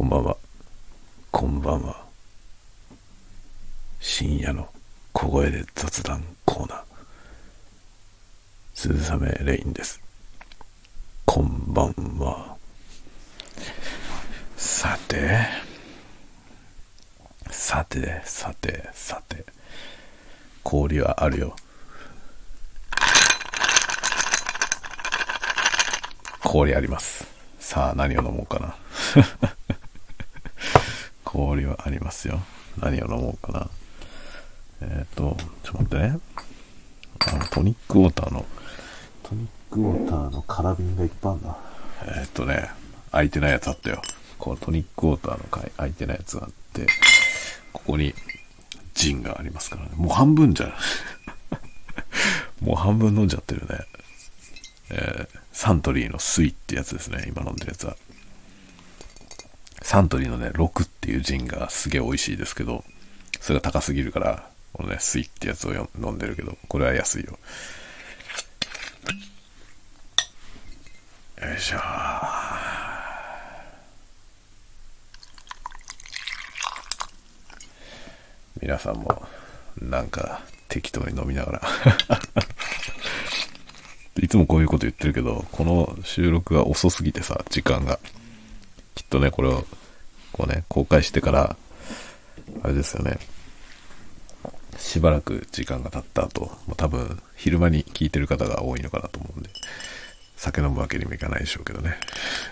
こんばんは。こんばんは。深夜の小声で雑談コーナー。鈴雨レインです。こんばんは。さて、氷はあるよ。氷あります。さあ、何を飲もうかな。氷はありますよ。何を飲もうかな。ちょっと待ってね。トニックウォーターの空瓶がいっぱいあるな。空いてないやつあったよ。このトニックウォーターの空いてないやつがあって、ここにジンがありますからね。もう半分じゃん。もう半分飲んじゃってるね。サントリーの水ってやつですね。今飲んでるやつは。サントリーのね、6っていうジンがすげえ美味しいですけど、それが高すぎるから、このね、水ってやつを飲んでるけど、これは安いよ。よいしょ。皆さんもなんか適当に飲みながらいつもこういうこと言ってるけど、この収録が遅すぎてさ、時間がきっとね、これをこうね、公開してからあれですよね、しばらく時間が経った後、もう多分昼間に聞いてる方が多いのかなと思うんで、酒飲むわけにもいかないでしょうけどね。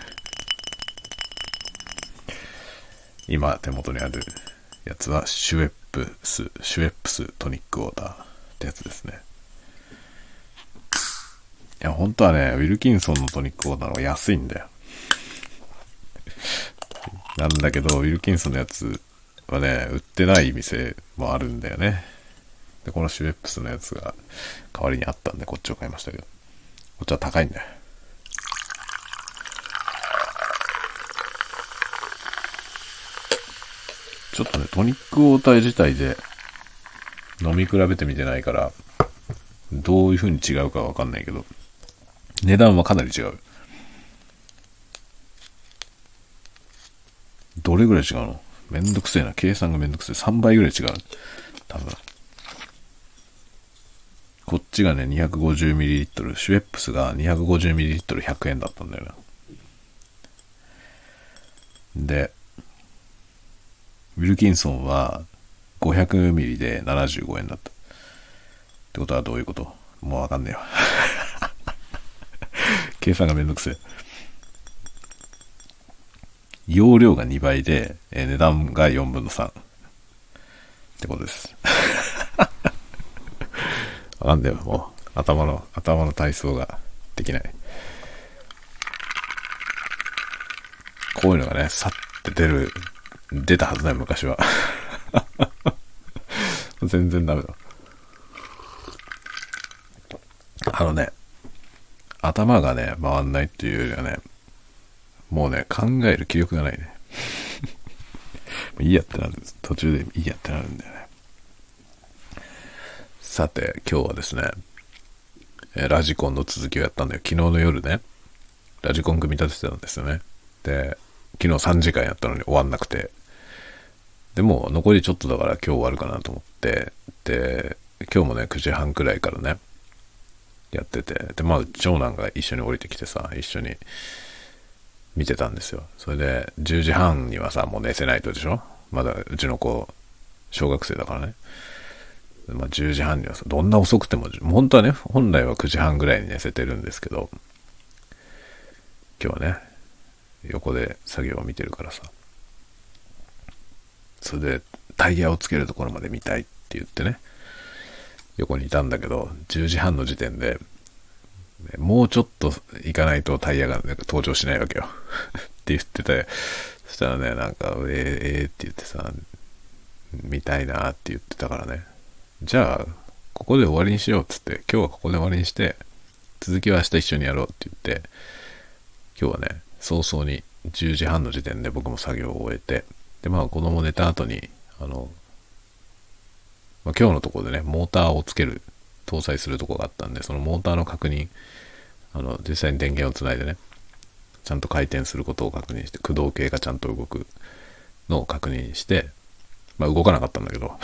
今手元にあるやつはシュエップストニックウォーターってやつですね。いや本当はね、ウィルキンソンのトニックウォーターの方が安いんだよ。なんだけどウィルキンソンのやつはね、売ってない店もあるんだよね。でこのシュエップスのやつが代わりにあったんでこっちを買いましたけど、こっちは高いんだよ。ちょっとね、トニックウォーター自体で飲み比べてみてないからどういう風に違うかわかんないけど、値段はかなり違う。どれぐらい違うの？めんどくせえな。計算がめんどくせえ。3倍ぐらい違う。多分。こっちがね、250ml、シュエップスが 250ml100 円だったんだよな。で、ウィルキンソンは 500ml で75円だった。ってことはどういうこと？もうわかんねえわ。計算がめんどくせえ。容量が2倍で、値段が4分の3ってことです。わかんねえわ、もう頭の体操ができない。こういうのがね、さって出たはずだよ、昔は。全然ダメだ。頭がね、回んないっていうよりはね、もうね、考える気力がないね。いいやってなるんです。途中でいいやってなるんだよね。さて、今日はですね、ラジコンの続きをやったんだよ。昨日の夜ね、ラジコン組み立ててたんですよね。で、昨日3時間やったのに終わんなくて、でも残りちょっとだから今日終わるかなと思って、で、今日もね、9時半くらいからね、やってて、で、まあ、長男が一緒に降りてきてさ、一緒に見てたんですよ。それで、10時半にはさ、もう寝せないとでしょ？まだうちの子、小学生だからね。まあ、10時半にはさ、どんな遅くても、本当はね、本来は9時半ぐらいに寝せてるんですけど、今日はね、横で作業を見てるからさ、それでタイヤをつけるところまで見たいって言ってね、横にいたんだけど、10時半の時点でもうちょっと行かないとタイヤが登場しないわけよって言ってて、そしたらね、なんかって言ってさ、見たいなって言ってたからね、じゃあここで終わりにしようっつって、今日はここで終わりにして続きは明日一緒にやろうって言って、今日はね、早々に10時半の時点で僕も作業を終えて、でまあ子供寝た後に今日のところでね、モーターをつける、搭載するところがあったんで、そのモーターの確認、実際に電源をつないでね、 ちゃんと回転することを確認して、駆動系がちゃんと動くのを確認して、まあ動かなかったんだけど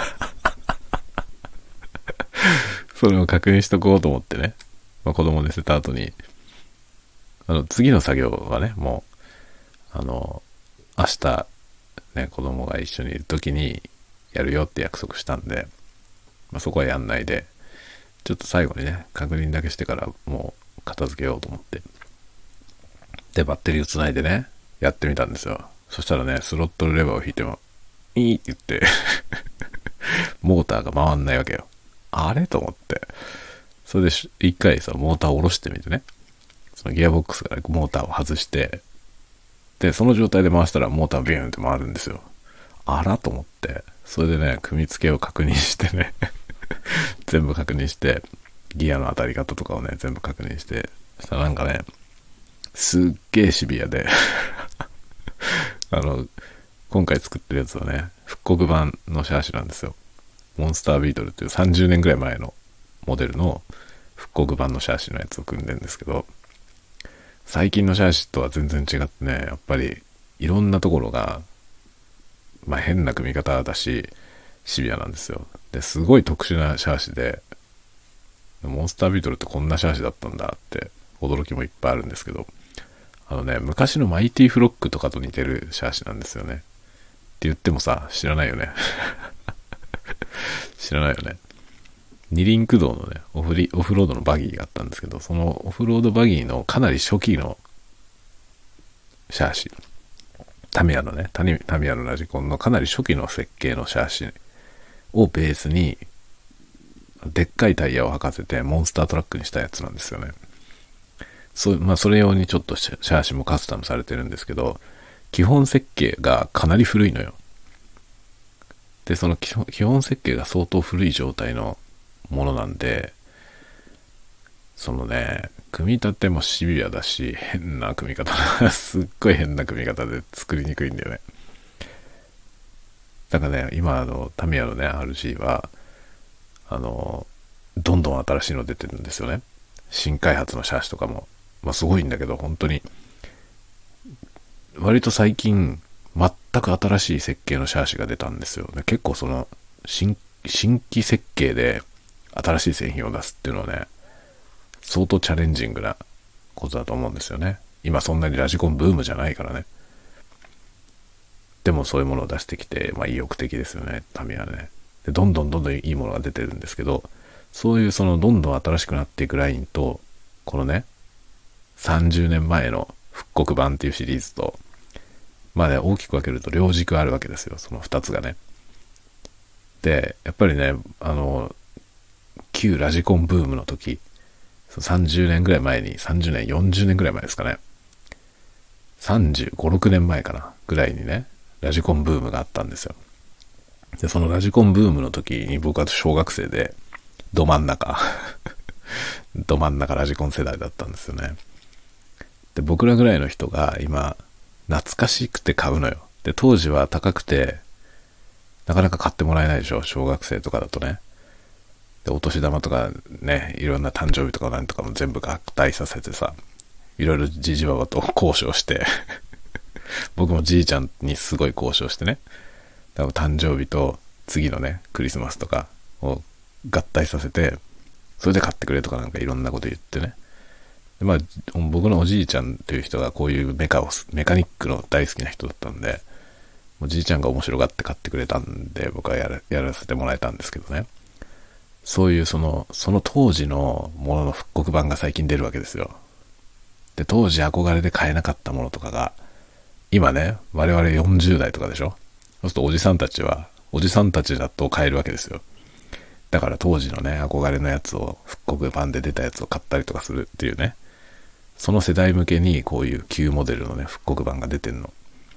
それを確認しとこうと思ってね、まあ、子供寝せた後に次の作業はね、もう明日ね、子供が一緒にいる時にやるよって約束したんで、まあ、そこはやんないで、ちょっと最後にね、確認だけしてからもう片付けようと思って。で、バッテリーをつないでね、やってみたんですよ。そしたらね、スロットルレバーを引いても、いいって言ってモーターが回んないわけよ。あれと思って。それで一回さ、モーターを下ろしてみてね、そのギアボックスからモーターを外して、で、その状態で回したらモータービューンって回るんですよ。あらと思って、それでね、組み付けを確認してね全部確認して、ギアの当たり方とかをね、全部確認して、そしたらなんかね、すっげえシビアで今回作ってるやつはね、復刻版のシャーシなんですよ。モンスタービートルっていう30年ぐらい前のモデルの復刻版のシャーシのやつを組んでるんですけど、最近のシャーシとは全然違ってね、やっぱりいろんなところが、まあ変な組み方だし、シビアなんですよ。で、すごい特殊なシャーシで、モンスタービートルってこんなシャーシだったんだって驚きもいっぱいあるんですけど、昔のマイティフロックとかと似てるシャーシなんですよね。って言ってもさ、知らないよね知らないよね。二輪駆動のね、オフロードのバギーがあったんですけど、そのオフロードバギーのかなり初期のシャーシ、タミヤのね、タミヤのラジコンのかなり初期の設計のシャーシをベースに、でっかいタイヤを履かせてモンスタートラックにしたやつなんですよね。まあそれ用にちょっとシャーシもカスタムされてるんですけど、基本設計がかなり古いのよ。で、その基本設計が相当古い状態のものなんで、そのね、組み立てもシビアだし、変な組み方すっごい変な組み方で作りにくいんだよね。だからね、今タミヤのね、RG は、どんどん新しいの出てるんですよね。新開発のシャーシとかも。まあすごいんだけど、本当に、割と最近、全く新しい設計のシャーシが出たんですよ。で、結構その、新規設計で新しい製品を出すっていうのはね、相当チャレンジングなことだと思うんですよね。今そんなにラジコンブームじゃないからね。でもそういうものを出してきて、まあ意欲的ですよね、タミヤね。で、どんどんいいものが出てるんですけど、そういうそのどんどん新しくなっていくラインと、このね、30年前の復刻版っていうシリーズと、まあね、大きく分けると両軸あるわけですよ、その2つがね。で、やっぱりね、旧ラジコンブームの時、30年ぐらい前に、30年、40年ぐらい前ですかね。35、6年前かな、ぐらいにね、ラジコンブームがあったんですよ。で、そのラジコンブームの時に僕は小学生で、ど真ん中ラジコン世代だったんですよね。で、僕らぐらいの人が今、懐かしくて買うのよ。で、当時は高くて、なかなか買ってもらえないでしょ、小学生とかだとね。で、お年玉とかね、いろんな誕生日とかなんとかも全部合体させてさ、いろいろじじばばと交渉して僕もじいちゃんにすごい交渉してね、多分誕生日と次のね、クリスマスとかを合体させて、それで買ってくれとかなんかいろんなこと言ってね。で、まあ、僕のおじいちゃんという人がこういうメカニックの大好きな人だったんで、おじいちゃんが面白がって買ってくれたんで、僕はやらせてもらえたんですけどね。そういうその当時のものの復刻版が最近出るわけですよ。で、当時憧れで買えなかったものとかが、今ね、我々40代とかでしょ。そうするとおじさんたちだと買えるわけですよ。だから当時のね、憧れのやつを復刻版で出たやつを買ったりとかするっていうね。その世代向けにこういう旧モデルのね、復刻版が出てんの。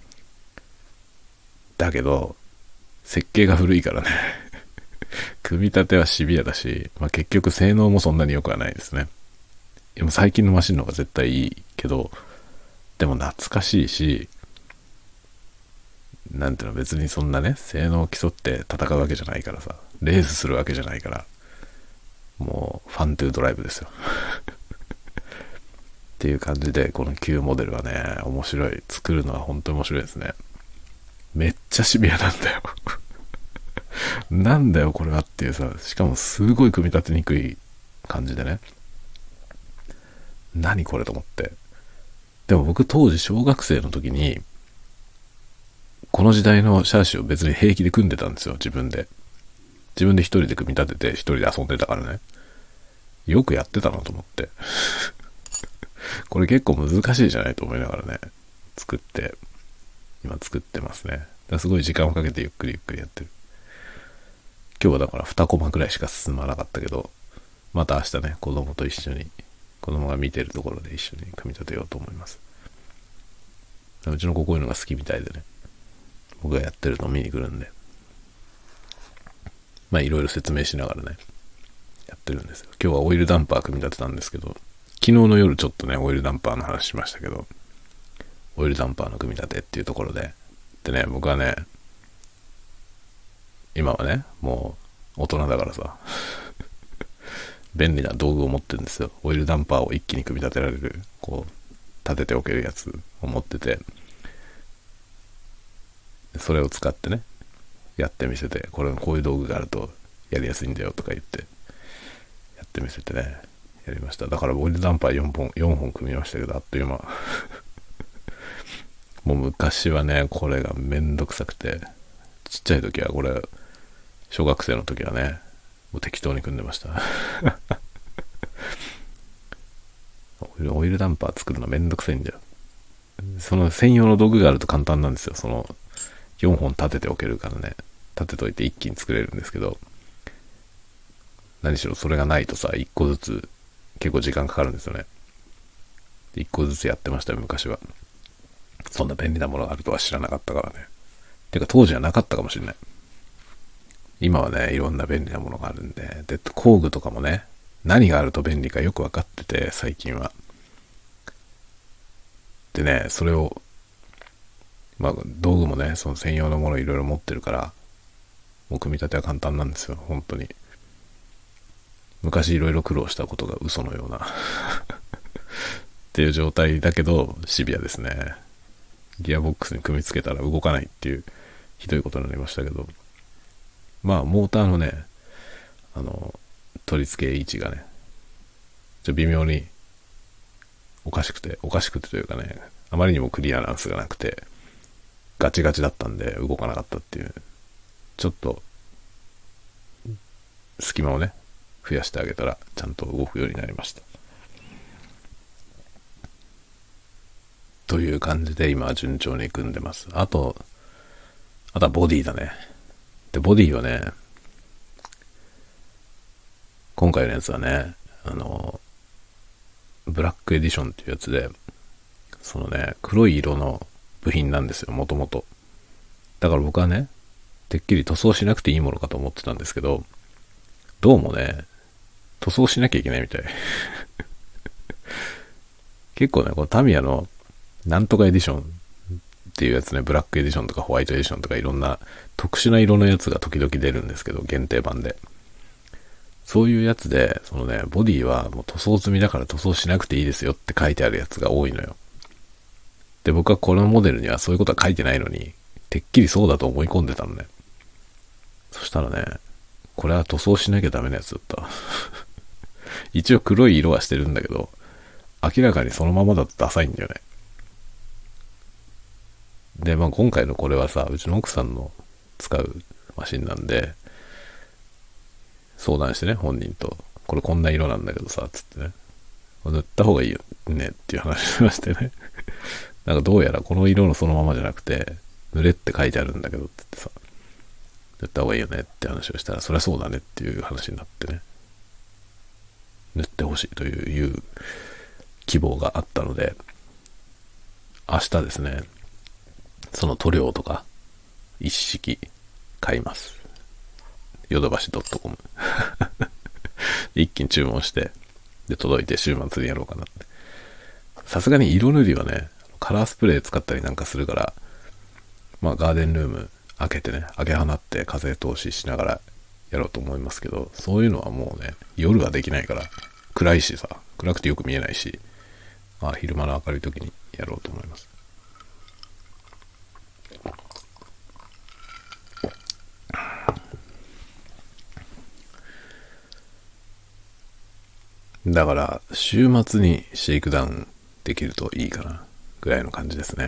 だけど、設計が古いからね。組み立てはシビアだし、まあ、結局性能もそんなに良くはないですね。でも最近のマシンの方が絶対いいけど、でも懐かしいし、なんていうの、別にそんなね、性能を競って戦うわけじゃないからさ、レースするわけじゃないから、もうファントゥードライブですよ。っっていう感じで、この旧モデルはね、面白い。作るのは本当に面白いですね。めっちゃシビアなんだよ。なんだよこれはっていうさ、しかもすごい組み立てにくい感じでね。何これと思って。でも僕当時小学生の時に、この時代のシャーシを別に平気で組んでたんですよ、自分で。自分で一人で組み立てて一人で遊んでたからね。よくやってたなと思って。これ結構難しいじゃないと思いながらね、今作ってますね。すごい時間をかけてゆっくりゆっくりやってる。今日はだから2コマくらいしか進まなかったけど、また明日ね、子供と一緒に、子供が見てるところで一緒に組み立てようと思います。うちの子こういうのが好きみたいでね、僕がやってるのを見に来るんで、まあいろいろ説明しながらね、やってるんですよ。今日はオイルダンパー組み立てたんですけど、昨日の夜ちょっとね、オイルダンパーの話しましたけど、オイルダンパーの組み立てっていうところで、でね、僕はね、今はね、もう大人だからさ、便利な道具を持ってるんですよ。オイルダンパーを一気に組み立てられる、こう、立てておけるやつを持ってて、それを使ってね、やってみせて、こういう道具があるとやりやすいんだよとか言って、やってみせてね、やりました。だからオイルダンパー4本組みましたけど、あっという間。もう昔はね、これがめんどくさくて、ちっちゃい時はこれ、小学生の時はね、もう適当に組んでました。オイルダンパー作るのめんどくさいんだよ。その専用の道具があると簡単なんですよ。その4本立てておけるからね、立てといて一気に作れるんですけど、何しろそれがないとさ、1個ずつ結構時間かかるんですよね。1個ずつやってましたよ、昔は。そんな便利なものがあるとは知らなかったからね。てか当時はなかったかもしれない。今はね、いろんな便利なものがあるんで、で、工具とかもね、何があると便利かよく分かってて、最近は。でね、それを、まあ、道具もね、その専用のものいろいろ持ってるから、もう組み立ては簡単なんですよ、本当に。昔いろいろ苦労したことが嘘のようなっていう状態だけど、シビアですね。ギアボックスに組み付けたら動かないっていう、ひどいことになりましたけど、まあ、モーターのね、取り付け位置がね、微妙におかしくてというかね、あまりにもクリアランスがなくて、ガチガチだったんで動かなかったっていう、ちょっと、隙間をね、増やしてあげたら、ちゃんと動くようになりました。という感じで、今は順調に組んでます。あとはボディだね。で、ボディはね、今回のやつはね、ブラックエディションっていうやつで、そのね、黒い色の部品なんですよ、もともと。だから僕はね、てっきり塗装しなくていいものかと思ってたんですけど、どうもね、塗装しなきゃいけないみたい。結構ね、このタミヤのなんとかエディションっていうやつね、ブラックエディションとかホワイトエディションとかいろんな特殊な色のやつが時々出るんですけど、限定版で。そういうやつで、そのね、ボディはもう塗装済みだから塗装しなくていいですよって書いてあるやつが多いのよ。で、僕はこのモデルにはそういうことは書いてないのに、てっきりそうだと思い込んでたのね。そしたらね、これは塗装しなきゃダメなやつだった。一応黒い色はしてるんだけど、明らかにそのままだとダサいんだよね。で、まあ今回のこれはさ、うちの奥さんの使うマシンなんで、相談してね、本人と、これこんな色なんだけどさ、つってね、塗った方がいいよねっていう話しましてね。なんかどうやらこの色のそのままじゃなくて、塗れって書いてあるんだけどって言ってさ、塗った方がいいよねって話をしたら、そりゃそうだねっていう話になってね、塗ってほしいという希望があったので、明日ですね、その塗料とか一式買います。ヨドバシ .com 一気に注文して、で届いて週末にやろうかなって。さすがに色塗りはね、カラースプレー使ったりなんかするから、まあガーデンルーム開けてね、開け放って風通ししながらやろうと思いますけど、そういうのはもうね、夜はできないから、暗いしさ、暗くてよく見えないし、 まあ昼間の明るい時にやろうと思います。だから週末にシェイクダウンできるといいかなぐらいの感じですね。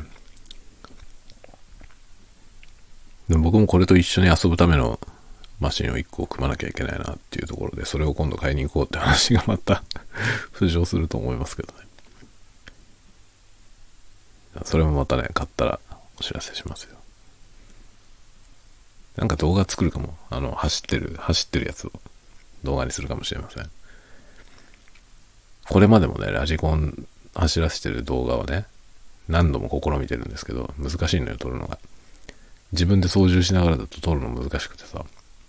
でも僕もこれと一緒に遊ぶためのマシンを1個組まなきゃいけないなっていうところで、それを今度買いに行こうって話がまた浮上すると思いますけどね。それもまたね、買ったらお知らせしますよ。なんか動画作るかも。走ってるやつを動画にするかもしれません。これまでもね、ラジコン走らせてる動画はね、何度も試みてるんですけど、難しいのよ、撮るのが。自分で操縦しながらだと撮るの難しくてさ。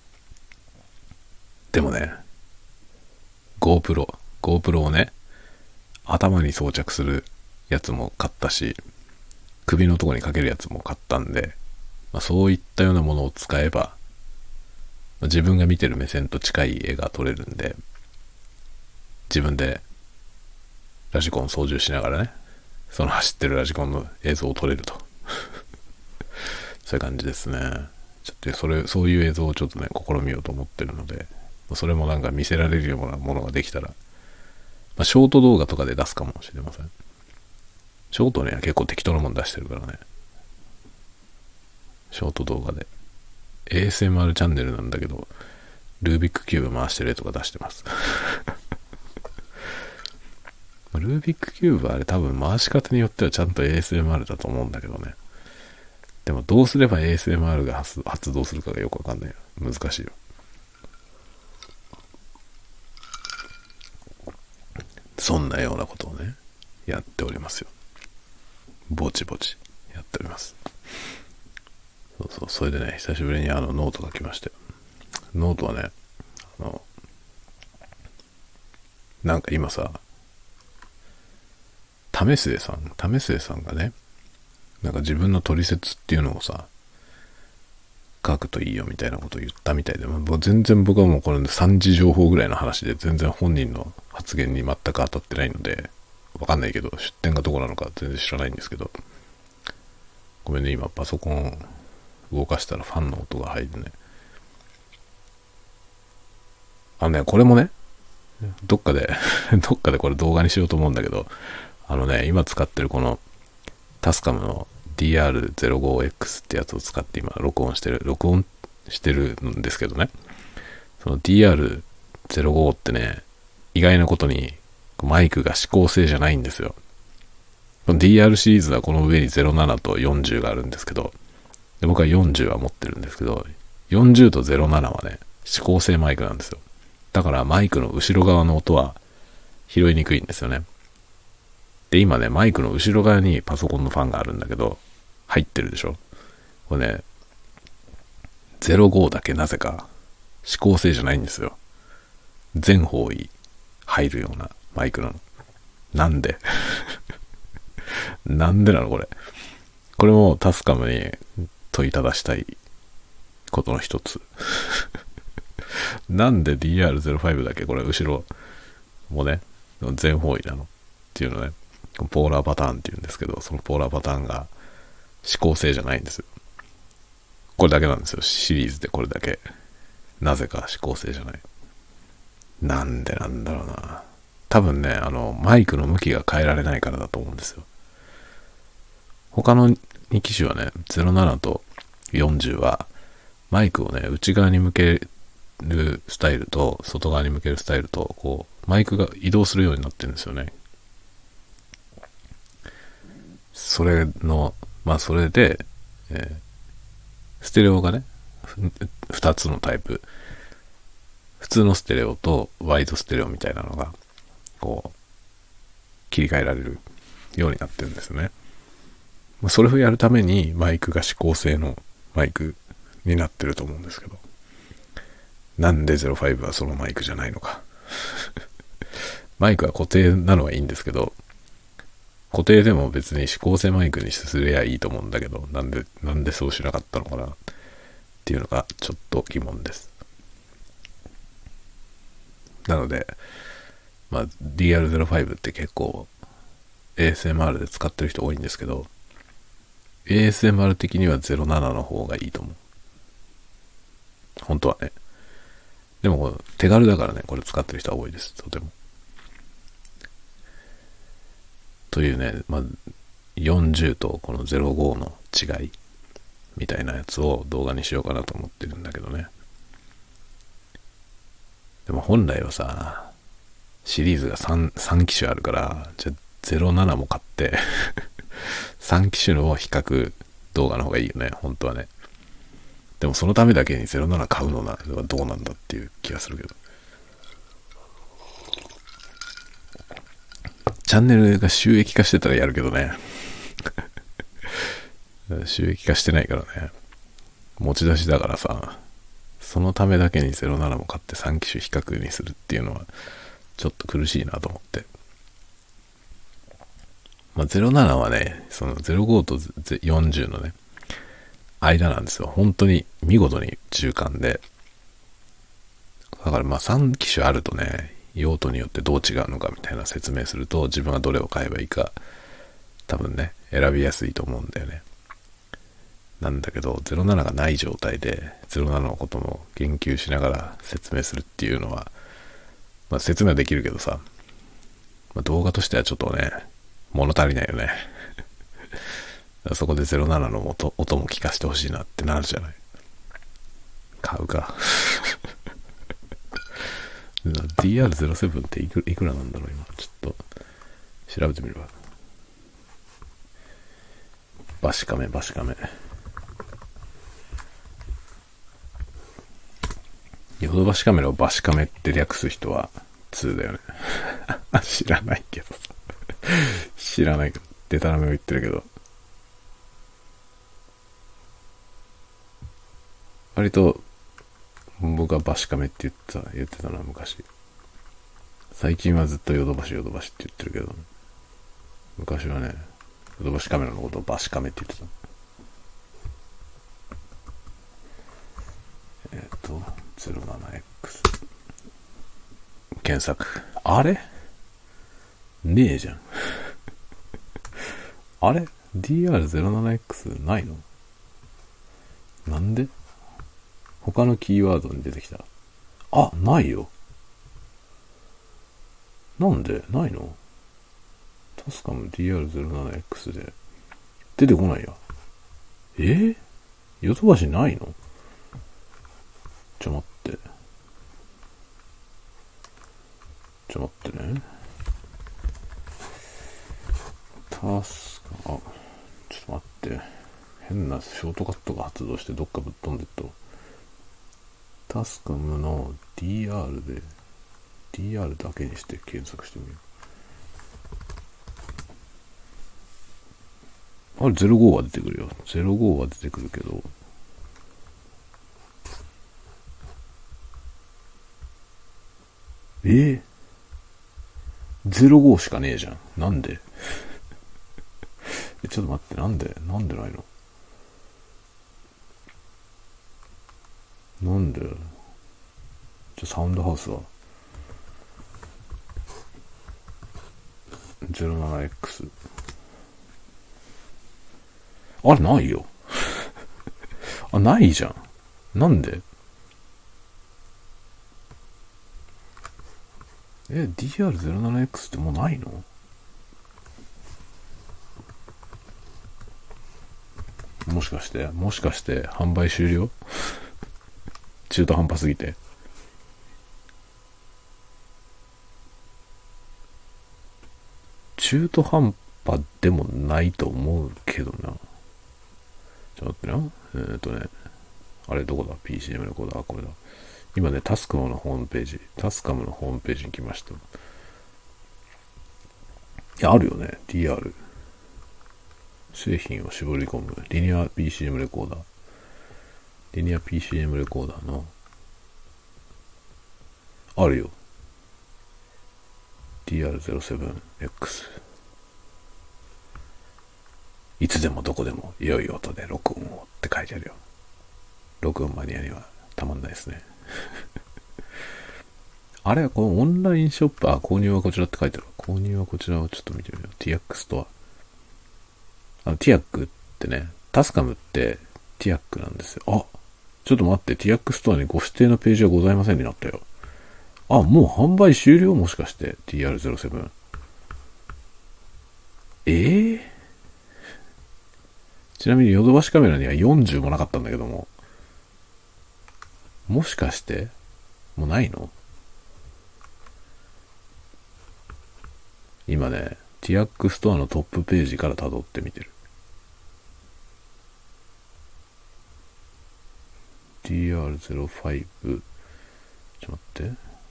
でもね、GoPro をね、頭に装着するやつも買ったし、首のとこにかけるやつも買ったんで、そういったようなものを使えば、自分が見てる目線と近い絵が撮れるんで、自分でラジコン操縦しながらね、その走ってるラジコンの映像を撮れるとそういう感じですね。ちょっとそういう映像をちょっとね試みようと思ってるので、それもなんか見せられるようなものができたら、ショート動画とかで出すかもしれません。ショートには結構適当なもん出してるからね。ショート動画で ASMR チャンネルなんだけど、ルービックキューブ回してる絵とか出してますルービックキューブあれ多分回し方によってはちゃんと ASMR だと思うんだけどね。でもどうすれば ASMR が発動するかがよくわかんないよ。難しいよ。そんなようなことをね、やっておりますよ。ぼちぼちやっております。それでね、久しぶりにノートが来まして。ノートはね、なんか今さ、為末さんがね、なんか自分の取説っていうのをさ、書くといいよみたいなことを言ったみたいで、全然僕はもうこれ3次情報ぐらいの話で、全然本人の発言に全く当たってないので、わかんないけど、出典がどこなのか全然知らないんですけど、ごめんね、今パソコン動かしたらファンの音が入るね。これもね、どっかでこれ動画にしようと思うんだけど、今使ってるこのタスカムの DR05X ってやつを使って今録音してるんですけどね。その DR05 ってね、意外なことにマイクが指向性じゃないんですよ。この DR シリーズはこの上に07と40があるんですけど、で僕は40は持ってるんですけど、40と07はね、指向性マイクなんですよ。だからマイクの後ろ側の音は拾いにくいんですよね。で、今ね、マイクの後ろ側にパソコンのファンがあるんだけど、入ってるでしょ。これね、05だけなぜか指向性じゃないんですよ。全方位入るようなマイクなの。なんでなんでなのこれ。これもタスカムに問いただしたいことの一つ。なんで DR05 だけこれ後ろもね、全方位なのっていうのね、ポーラーパターンっていうんですけど、そのポーラーパターンが指向性じゃないんですよ。これだけなんですよ。シリーズでこれだけ。なぜか指向性じゃない。なんでなんだろうな。多分ね、マイクの向きが変えられないからだと思うんですよ。他の2機種はね、07と40は、マイクをね、内側に向けるスタイルと、外側に向けるスタイルと、こう、マイクが移動するようになってるんですよね。それで、ステレオがね、2つのタイプ。普通のステレオとワイドステレオみたいなのが、こう、切り替えられるようになってるんですよね。それをやるためにマイクが指向性のマイクになってると思うんですけど、なんで05はそのマイクじゃないのか。マイクは固定なのはいいんですけど、固定でも別に指向性マイクにすればいいと思うんだけど、なんでそうしなかったのかなっていうのがちょっと疑問です。なので、DR05 って結構 ASMR で使ってる人多いんですけど、ASMR 的には07の方がいいと思う。本当はね。でも手軽だからね、これ使ってる人は多いです。とても。というね、まあ、40とこの05の違いみたいなやつを動画にしようかなと思ってるんだけどね。でも本来はさ、シリーズが 3機種あるから、じゃあ07も買って3機種の比較動画の方がいいよね、本当はね。でもそのためだけに07買うのはどうなんだっていう気がするけど。チャンネルが収益化してたらやるけどね。収益化してないからね。持ち出しだからさ、そのためだけに07も買って3機種比較にするっていうのはちょっと苦しいなと思って。まあ、07はね、その05と40のね、間なんですよ。本当に見事に中間で。だからまあ3機種あるとね、用途によってどう違うのかみたいな説明すると、自分がどれを買えばいいか多分ね、選びやすいと思うんだよね。なんだけど07がない状態で07のことも言及しながら説明するっていうのは、まあ説明はできるけどさ、まあ、動画としてはちょっとね、物足りないよね。そこで07の音も聞かせてほしいなってなるじゃない。買うか。DR07 っていくらなんだろう今。ちょっと調べてみるわ。バシカメ。ヨドバシカメラをバシカメって略す人は2だよね。知らないけどさ。知らないけど。デタラメを言ってるけど。割と僕はバシカメって言ってたな昔。最近はずっとヨドバシって言ってるけど、昔はね、ヨドバシカメラのことをバシカメって言ってた。07X 検索。あれねえじゃん。あれ DR07X ないの？なんで？他のキーワードに出てきた。あ、ないよ。なんでないの？タスカム DR07X で出てこないや。ヨドバシないの？待ってね。タスカ、ちょっと待って。変なショートカットが発動してどっかぶっ飛んでっと。タスカムの DR で DR だけにして検索してみよう。あれ05は出てくるよ。05は出てくるけど、05しかねえじゃん。なんでちょっと待って、なんでないの？なんで？サウンドハウスは 07X。 あれないよ。あ、ないじゃん。なんで？DR07X ってもうないの？もしかして販売終了？中途半端すぎて。中途半端でもないと思うけどな。ちょっと待ってな。あれどこだ？ PCM レコーダー、これだ。今ね、タスカムのホームページに来ました。いや、あるよね。DR。製品を絞り込むリニア PCM レコーダー。リニア PCM レコーダーの、あるよ。DR07X。いつでもどこでも良い音で録音をって書いてあるよ。録音マニアにはたまんないですね。 あれこのオンラインショップ、購入はこちらって書いてある。購入はこちらをちょっと見てみよう。ティアックストア。ティアックってね、タスカムってティアックなんですよ。ちょっと待って、ティアックストアにご指定のページはございませんになったよ。もう販売終了もしかして。TR07。ちなみにヨドバシカメラには40もなかったんだけども。もしかしてもうないの？今ね、ティアックストアのトップページから辿ってみてる。TR05。ちょっと待って。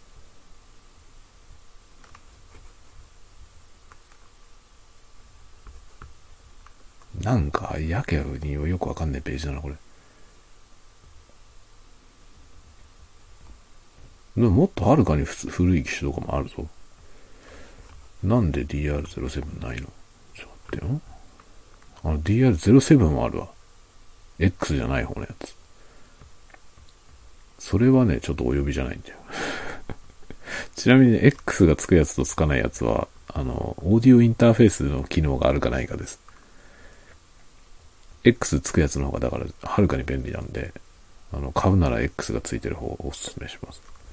なんか、やけによくわかんないページだな、これ。もっとはるかに古い機種とかもあるぞ。なんで DR07 ないの？ちょっと待ってよ。DR07 もあるわ。X じゃない方のやつ。それはね、ちょっとお呼びじゃないんだよ。ちなみにね、X がつくやつとつかないやつは、オーディオインターフェースの機能があるかないかです。X つくやつの方がだから、はるかに便利なんで、買うなら X がついてる方をおすすめします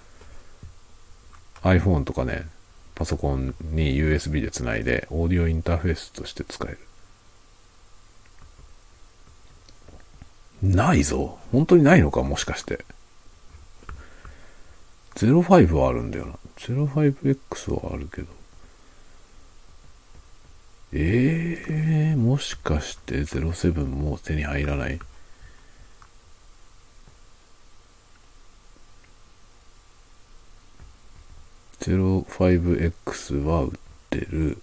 。iPhone とかね、パソコンに USB でつないで、オーディオインターフェースとして使える。ないぞ。本当にないのか、もしかして。05はあるんだよな。05X はあるけど。もしかして07もう手に入らない？05X は売ってる。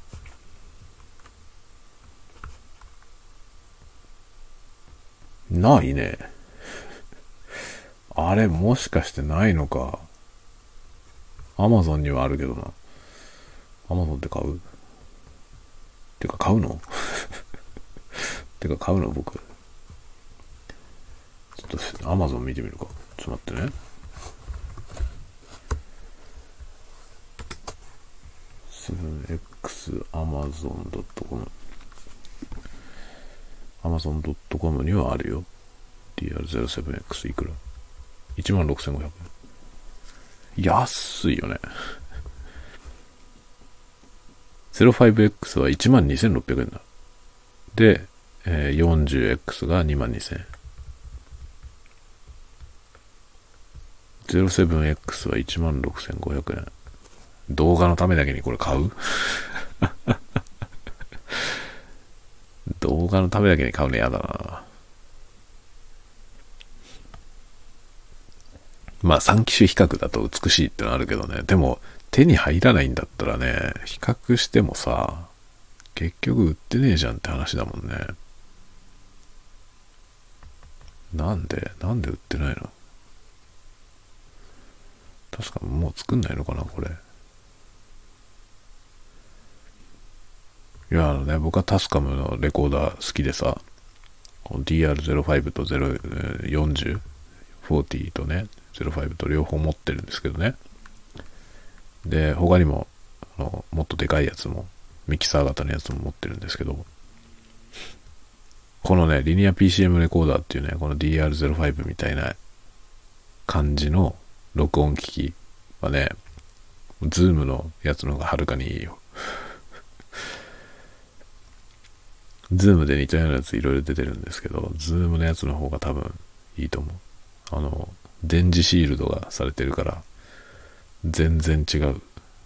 ないね。あれ、もしかしてないのか。アマゾンにはあるけどな。アマゾンって買う？てか買うの僕。ちょっとアマゾン見てみるか。ちょっと待ってね。7X Amazon.com Amazon.com にはあるよ。DR07X いくら？ 16,500 円。安いよね。05X は 12,600 円だ。で、40X が 22,000 円。07X は 16,500 円。動画のためだけにこれ買う？動画のためだけに買うの嫌だな。まあ3機種比較だと美しいってのあるけどね。でも手に入らないんだったらね、比較してもさ、結局売ってねえじゃんって話だもんね。なんで売ってないの？確かもう作んないのかな、これ。いやね、僕はタスカムのレコーダー好きでさ、DR05 と40、40とね、05と両方持ってるんですけどね。で、他にも、もっとでかいやつも、ミキサー型のやつも持ってるんですけど、このね、リニア PCM レコーダーっていうね、この DR05 みたいな感じの録音機器はね、ズームのやつの方がはるかにいいよ。ズームで似たようなやついろいろ出てるんですけど、ズームのやつの方が多分いいと思う。電磁シールドがされてるから、全然違う。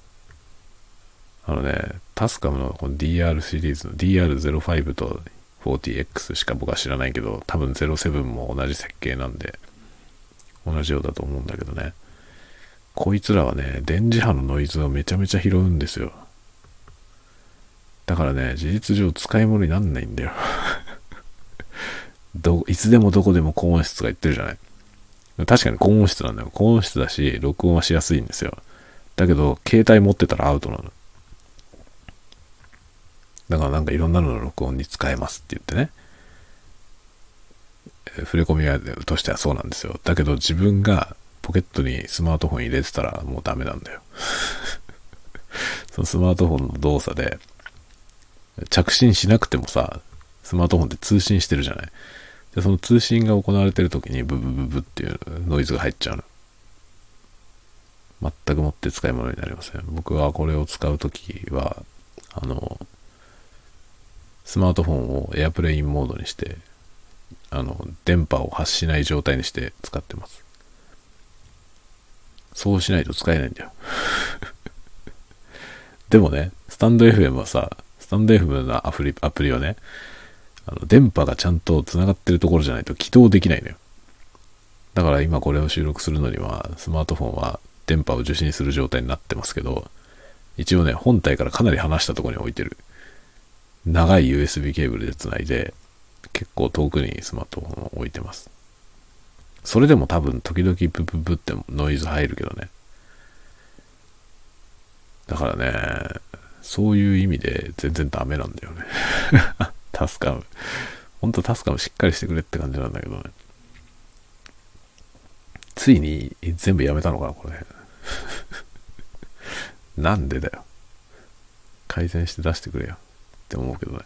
タスカムのこの DR シリーズの DR05 と 40X しか僕は知らないけど、多分07も同じ設計なんで、同じようだと思うんだけどね。こいつらはね、電磁波のノイズをめちゃめちゃ拾うんですよ。だからね、事実上使い物になんないんだよ。いつでもどこでも高音質が言ってるじゃない。確かに高音質なんだよ。高音質だし、録音はしやすいんですよ。だけど、携帯持ってたらアウトなの。だからなんかいろんなのの録音に使えますって言ってね。触れ込みとしてはそうなんですよ。だけど自分がポケットにスマートフォン入れてたらもうダメなんだよ。そのスマートフォンの動作で着信しなくてもさ、スマートフォンって通信してるじゃない。でその通信が行われてる時にブブブブっていうノイズが入っちゃうの。全くもって使い物になりません。僕はこれを使う時はスマートフォンをエアプレインモードにして電波を発しない状態にして使ってます。そうしないと使えないんだよ。でもね、スタンド FM はさ、スタンド FM のアプリはね、電波がちゃんとつながってるところじゃないと起動できないのよ。だから今これを収録するのにはスマートフォンは電波を受信する状態になってますけど、一応ね、本体からかなり離したところに置いてる。長い USB ケーブルでつないで結構遠くにスマートフォンを置いてます。それでも多分時々ブブブってノイズ入るけどね。だからね、そういう意味で全然ダメなんだよね。タスカム。ほんとタスカムしっかりしてくれって感じなんだけどね。ついに全部やめたのかな、これ。なんでだよ。改善して出してくれよって思うけどね。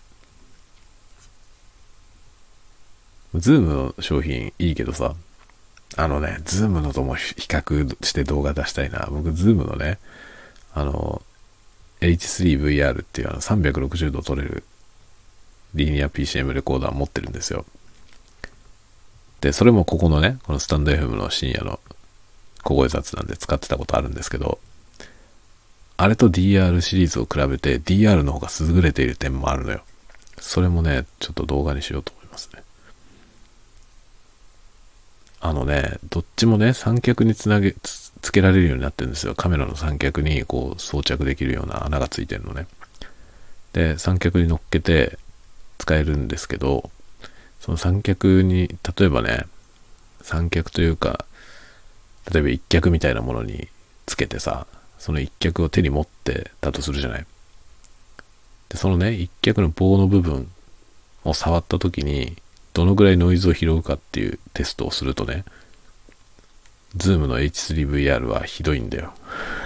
ズームの商品いいけどさ、ズームのとも比較して動画出したいな。僕、ズームのね、H3VR っていう360度撮れるリニア PCM レコーダー持ってるんですよ。で、それもここのね、このスタンド FM の深夜の小声雑談で使ってたことあるんですけど、あれと DR シリーズを比べて DR の方が優れている点もあるのよ。それもね、ちょっと動画にしようと思いますね。どっちもね、三脚につけられるようになってるんですよ。カメラの三脚にこう装着できるような穴がついてるのね。で、三脚に乗っけて使えるんですけど、その三脚に、例えばね、三脚というか、例えば一脚みたいなものにつけてさ、その一脚を手に持ってたとするじゃない。で、そのね、一脚の棒の部分を触った時に、どのぐらいノイズを拾うかっていうテストをするとね、ズームの H3VR はひどいんだよ。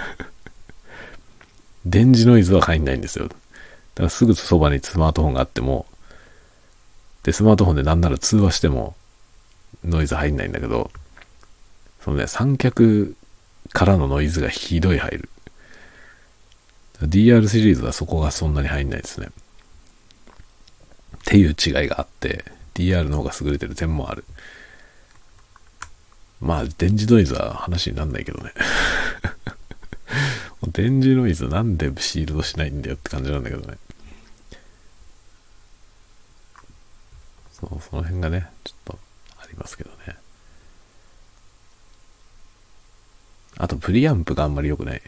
電磁ノイズは入んないんですよ。だからすぐそばにスマートフォンがあっても、で、スマートフォンでなんなら通話してもノイズ入んないんだけど、そのね、三脚からのノイズがひどい入る。DR シリーズはそこがそんなに入んないですね。っていう違いがあって、DR の方が優れてる点もある。まあ、電磁ノイズは話になんないけどね。電磁ノイズなんでシールドしないんだよって感じなんだけどね。そう、その辺がね、ちょっとありますけどね。あと、プリアンプがあんまり良くない。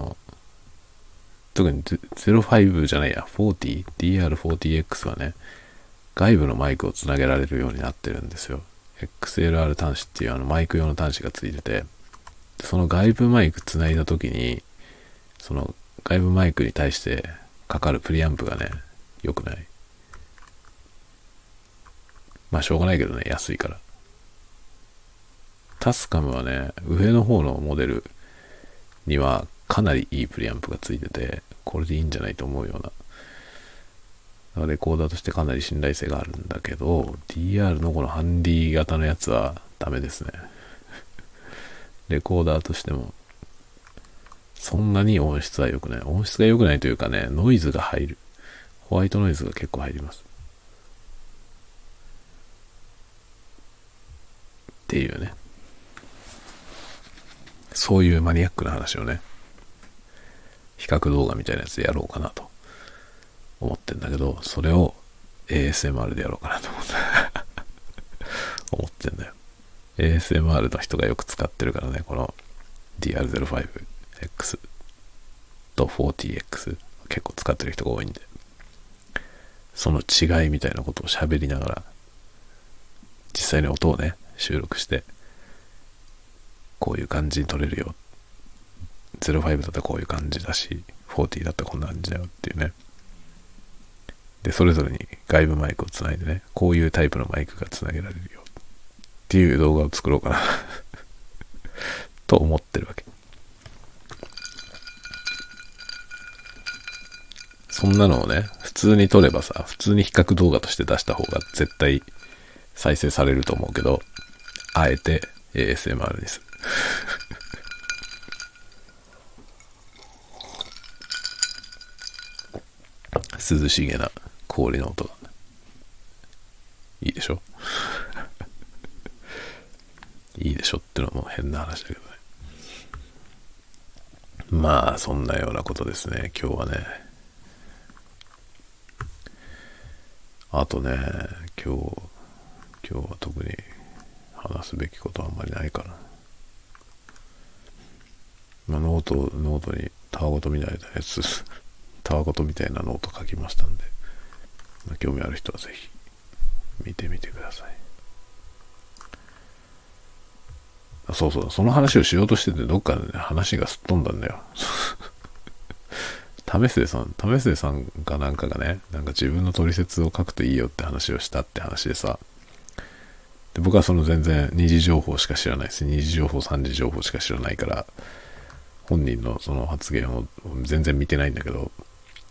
特に05じゃないや、40、DR40X はね、外部のマイクをつなげられるようになってるんですよ。XLR 端子っていうマイク用の端子がついてて、その外部マイクつないだ時に、その外部マイクに対してかかるプリアンプがね、良くない。まあしょうがないけどね、安いから。タスカムはね、上の方のモデルにはかなりいいプリアンプがついてて、これでいいんじゃないと思うような。レコーダーとしてかなり信頼性があるんだけど、DR のこのハンディ型のやつはダメですね。レコーダーとしても、そんなに音質は良くない。音質が良くないというかね、ノイズが入る。ホワイトノイズが結構入ります。っていうね。そういうマニアックな話をね、比較動画みたいなやつでやろうかなと思ってんだけど、それを ASMR でやろうかなと思ってんだよ。ASMR の人がよく使ってるからね、この DR05X と 40X 結構使ってる人が多いんで、その違いみたいなことを喋りながら実際に音をね収録して、こういう感じに撮れるよ、05だったらこういう感じだし、40だったらこんな感じだよっていうね。でそれぞれに外部マイクをつないでね、こういうタイプのマイクがつなげられるよっていう動画を作ろうかなっと思ってるわけ。そんなのをね、普通に撮ればさ、普通に比較動画として出した方が絶対再生されると思うけど、あえて ASMR にする。涼しげな氷の音がいいでしょいいでしょってのも変な話だけどね。まあそんなようなことですね、今日はね。あとね、今日は特に話すべきことはあんまりないかな。まあ、ノートにたわごとみたいなやつたわごとみたいなノート書きましたんで、まあ、興味ある人はぜひ見てみてください。そうそう、その話をしようとしててどっかで、ね、話がすっ飛んだんだよ。為末さんかなんかがね、なんか自分の取説を書くといいよって話をしたって話でさ、で僕はその全然二次情報しか知らないし、二次情報三次情報しか知らないから、本人のその発言を全然見てないんだけど、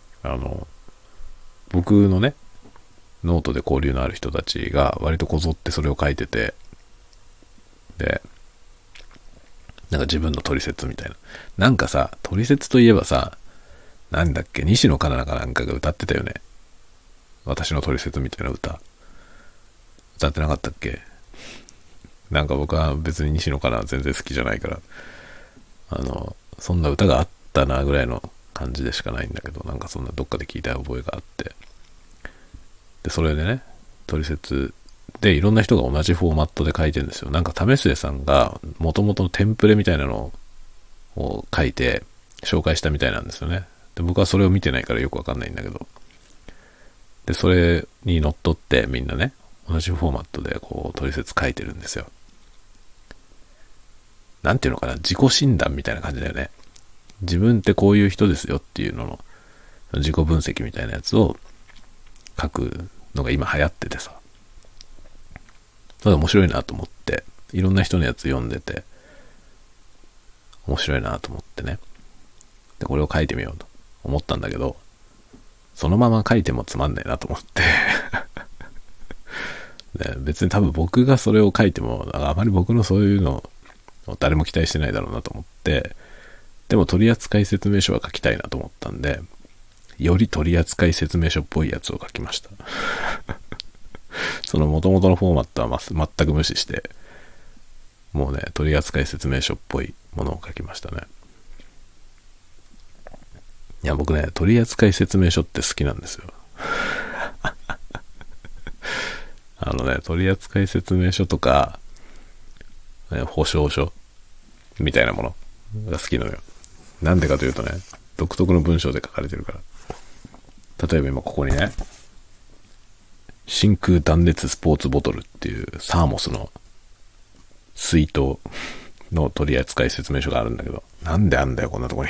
僕のね、ノートで交流のある人たちが割とこぞってそれを書いてて、で、なんか自分の取説みたいな。なんかさ、取説といえばさ、なんだっけ、西野カナかなんかが歌ってたよね。私の取説みたいな歌。歌ってなかったっけ？なんか僕は別に西野カナは全然好きじゃないから、そんな歌があったなぐらいの感じでしかないんだけど、なんかそんなどっかで聞いた覚えがあって。で、それでね、取説でいろんな人が同じフォーマットで書いてるんですよ。なんか為末さんが元々のテンプレみたいなのを書いて紹介したみたいなんですよね。で、僕はそれを見てないからよくわかんないんだけど。で、それにのっとってみんなね、同じフォーマットでこう取説書いてるんですよ。なんていうのかな、自己診断みたいな感じだよね。自分ってこういう人ですよっていうのの自己分析みたいなやつを書くのが今流行っててさ。それ面白いなと思って、いろんな人のやつ読んでて、面白いなと思ってね。で、これを書いてみようと思ったんだけど、そのまま書いてもつまんないなと思って。ね、別に多分僕がそれを書いても、あまり僕のそういうのを誰も期待してないだろうなと思って、でも取扱説明書は書きたいなと思ったんで、より取扱説明書っぽいやつを書きました。その元々のフォーマットは全く無視して、もうね、取扱説明書っぽいものを書きましたね。いや、僕ね、取扱説明書って好きなんですよ。取扱説明書とか、保証書みたいなものが好きなのよ。なんでかというとね、独特の文章で書かれてるから。例えば今ここにね、真空断熱スポーツボトルっていうサーモスの水筒の取扱説明書があるんだけど、なんであんだよこんなとこに。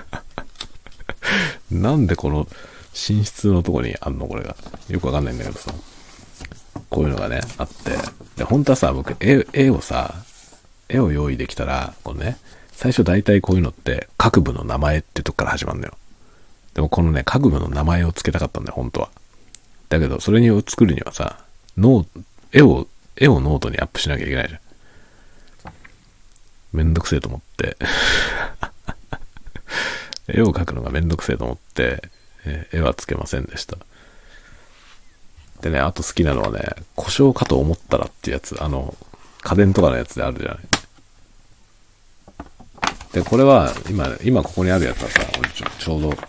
なんでこの寝室のとこにあんのこれが。よくわかんないんだけどさ。こういうのがね、あって。で、本当はさ、僕、絵を用意できたら、このね、最初大体こういうのって、各部の名前ってとこから始まるんだよ。でもこのね、各部の名前を付けたかったんだよ、本当は。だけど、それを作るにはさ、絵をノートにアップしなきゃいけないじゃん。めんどくせえと思って。絵を描くのがめんどくせえと思って、絵はつけませんでした。でね、あと好きなのはね、故障かと思ったらっていうやつ、家電とかのやつであるじゃない。で、これは、今ここにあるやつはさ、ちょうど、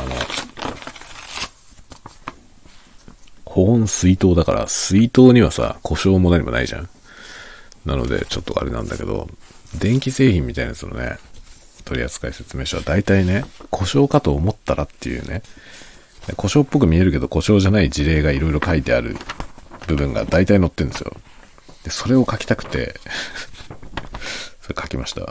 保温水筒だから、水筒にはさ、故障も何もないじゃん。なので、ちょっとあれなんだけど、電気製品みたいなやつのね、取扱説明書は大体ね、故障かと思ったらっていうね、故障っぽく見えるけど故障じゃない事例がいろいろ書いてある部分が大体載ってるんですよ。で、それを書きたくて、それ書きました。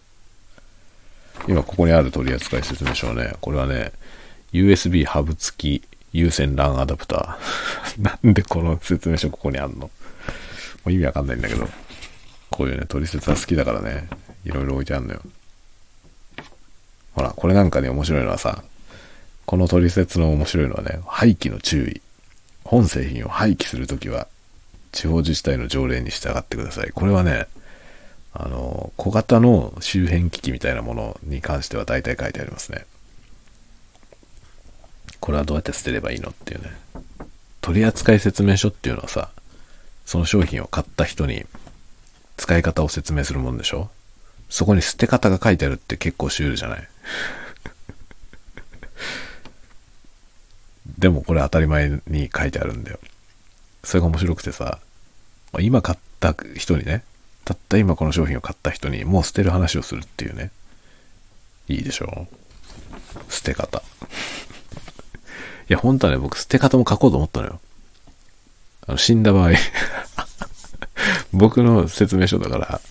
今ここにある取扱説明書はね、これはね、USB ハブ付き有線 LAN アダプター。なんでこの説明書ここにあんの？もう意味わかんないんだけど、こういうね、取説は好きだからね、 いろいろ置いてあるのよ。ほら、これなんかね、面白いのはさ、この取説の面白いのはね、廃棄の注意。本製品を廃棄するときは、地方自治体の条例に従ってください。これはね、小型の周辺機器みたいなものに関しては大体書いてありますね。これはどうやって捨てればいいのっていうね。取扱説明書っていうのはさ、その商品を買った人に使い方を説明するもんでしょ。そこに捨て方が書いてあるって結構シュールじゃない？でもこれ当たり前に書いてあるんだよ。それが面白くてさ、今買った人にね、たった今この商品を買った人にもう捨てる話をするっていうね。いいでしょ？捨て方。いや、本当はね、僕捨て方も書こうと思ったのよ。死んだ場合僕の説明書だから、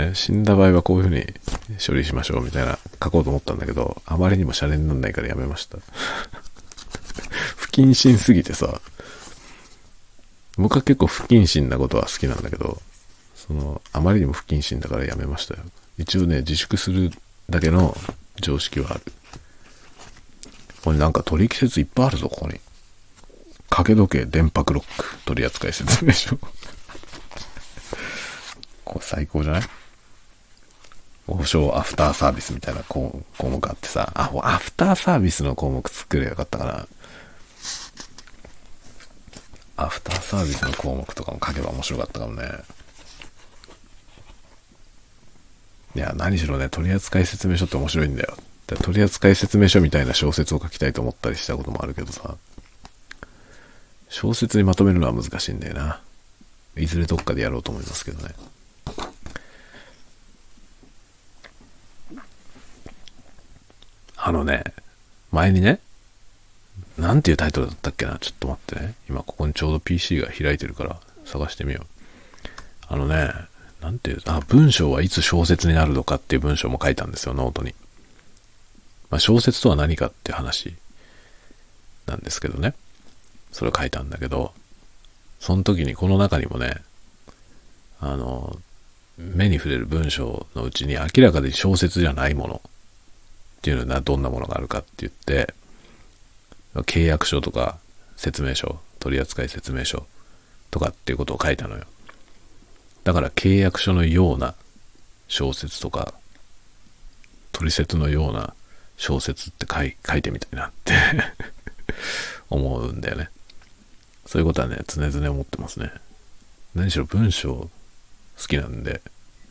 ね、死んだ場合はこういう風に処理しましょうみたいな書こうと思ったんだけど、あまりにもシャレにならないからやめました不謹慎すぎてさ、僕は結構不謹慎なことは好きなんだけど、あまりにも不謹慎だからやめましたよ。一応ね、自粛するだけの常識はある。これなんか取引説いっぱいあるぞ、ここに。掛け時計、電波ロック、取扱説明書。これ最高じゃない？保証アフターサービスみたいな項目あってさ、アフターサービスの項目作ればよかったかな。アフターサービスの項目とかも書けば面白かったかもね。いや、何しろね、取扱説明書って面白いんだよ。取扱説明書みたいな小説を書きたいと思ったりしたこともあるけどさ、小説にまとめるのは難しいんだよな。いずれどっかでやろうと思いますけどね。前にね、なんていうタイトルだったっけな、ちょっと待ってね。今ここにちょうど PC が開いてるから探してみよう。なんていう、文章はいつ小説になるのかっていう文章も書いたんですよ、ノートに。小説とは何かって話なんですけどね。それを書いたんだけど、その時にこの中にもね、目に触れる文章のうちに明らかに小説じゃないものっていうのはどんなものがあるかって言って、契約書とか説明書、取扱説明書とかっていうことを書いたのよ。だから契約書のような小説とか取説のような小説って書いてみたいなって思うんだよね。そういうことはね、常々思ってますね。何しろ文章好きなんで、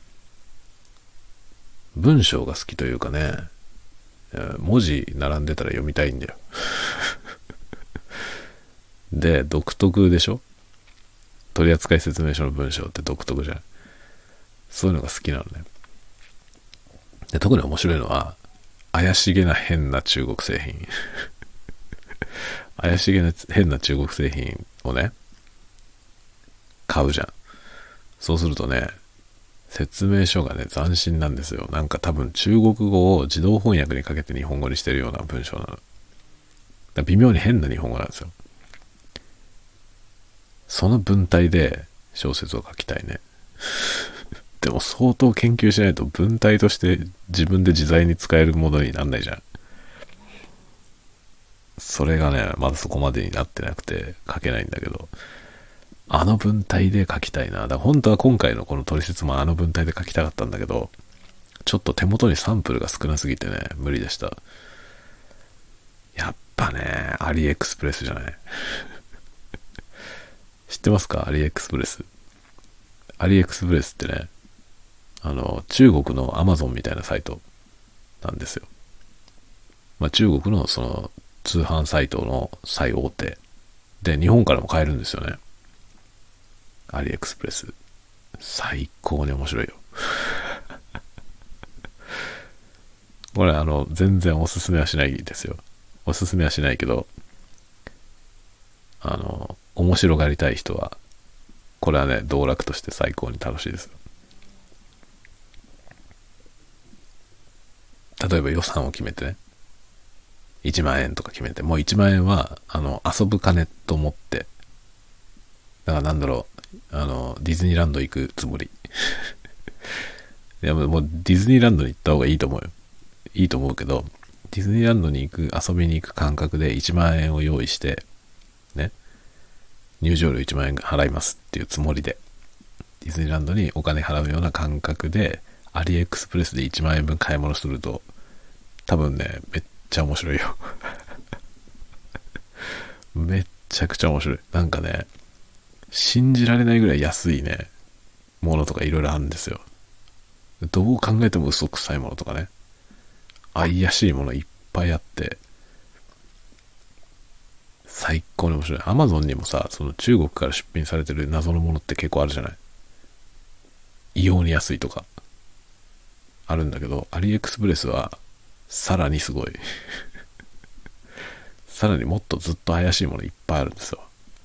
文章が好きというかね、文字並んでたら読みたいんだよで、独特でしょ？取扱説明書の文章って独特じゃん。そういうのが好きなのね。で、特に面白いのは怪しげな変な中国製品怪しげな変な中国製品をね買うじゃん。そうするとね、説明書がね斬新なんですよ。なんか多分中国語を自動翻訳にかけて日本語にしてるような文章なの。だ微妙に変な日本語なんですよ。その文体で小説を書きたいねでも相当研究しないと文体として自分で自在に使えるものになんないじゃん。それがね、まだそこまでになってなくて書けないんだけど、あの文体で書きたいな。だから本当は今回のこの取説もあの文体で書きたかったんだけど、ちょっと手元にサンプルが少なすぎてね、無理でした。やっぱね、アリエクスプレスじゃない知ってますか？アリエクスプレス。アリエクスプレスってね、中国のアマゾンみたいなサイトなんですよ。中国のその通販サイトの最大手で、日本からも買えるんですよね。アリエクスプレス。最高に面白いよ。これ全然おすすめはしないですよ。おすすめはしないけど、面白がりたい人は、これはね、道楽として最高に楽しいです。例えば予算を決めてね、1万円とか決めて、もう1万円は、遊ぶ金と思って、だからなんだろう、ディズニーランド行くつもり。 やもうディズニーランドに行った方がいいと思うよ。いいと思うけど、ディズニーランドに遊びに行く感覚で1万円を用意して、ね、入場料1万円払いますっていうつもりで、ディズニーランドにお金払うような感覚で、アリエクスプレスで1万円分買い物すると、多分ね、めっちゃ面白いよ。めっちゃくちゃ面白い。なんかね、信じられないぐらい安いね、ものとかいろいろあるんですよ。どう考えても嘘くさいものとかね。怪しいものいっぱいあって、最高に面白い。アマゾンにもさ、その中国から出品されてる謎のものって結構あるじゃない。異様に安いとか。あるんだけど、アリエクスプレスはさらにすごい。さらにもっとずっと怪しいものいっぱいあるんですよ。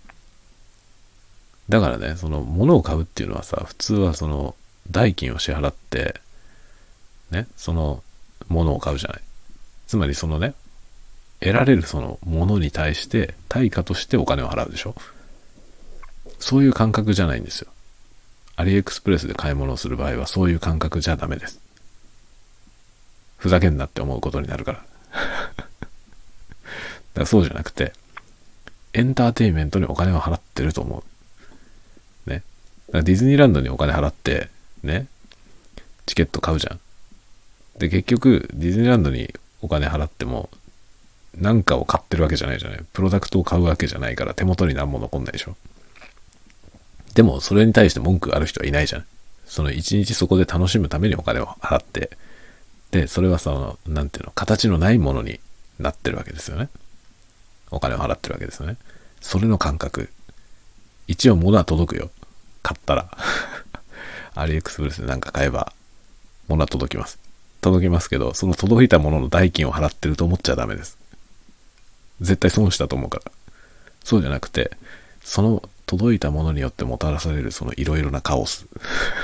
だからね、その物を買うっていうのはさ、普通はその代金を支払って、ね、その物を買うじゃない。つまりそのね、得られるその物に対して対価としてお金を払うでしょ。そういう感覚じゃないんですよ。アリエクスプレスで買い物をする場合はそういう感覚じゃダメです。ふざけんなって思うことになるから。だからそうじゃなくて、エンターテインメントにお金を払ってると思う。ね。だからディズニーランドにお金払って、ね、チケット買うじゃん。で、結局、ディズニーランドにお金払っても、何かを買ってるわけじゃないじゃない。プロダクトを買うわけじゃないから手元に何も残んないでしょ。でも、それに対して文句ある人はいないじゃん。その一日そこで楽しむためにお金を払って、で、それはその、なんていうの、形のないものになってるわけですよね。お金を払ってるわけですよね。それの感覚。一応物は届くよ。買ったら。アリエクスプレスでなんか買えば、物は届きます。届きますけど、その届いたものの代金を払ってると思っちゃダメです。絶対損したと思うから。そうじゃなくて、その届いたものによってもたらされるそのいろいろなカオス。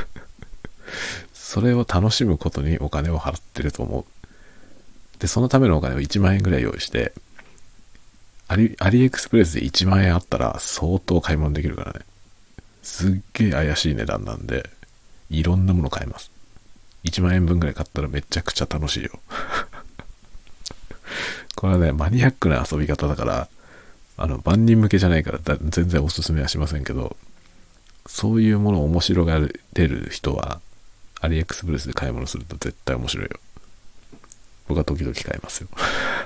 それを楽しむことにお金を払ってると思う。で、そのためのお金を1万円ぐらい用意して、アリエクスプレスで1万円あったら相当買い物できるからね。すっげえ怪しい値段なんで、いろんなもの買えます。1万円分ぐらい買ったらめちゃくちゃ楽しいよ。これはね、マニアックな遊び方だから、万人向けじゃないから全然おすすめはしませんけど、そういうものを面白がれる人は、アリエクスプレスで買い物すると絶対面白いよ。僕は時々買いますよ。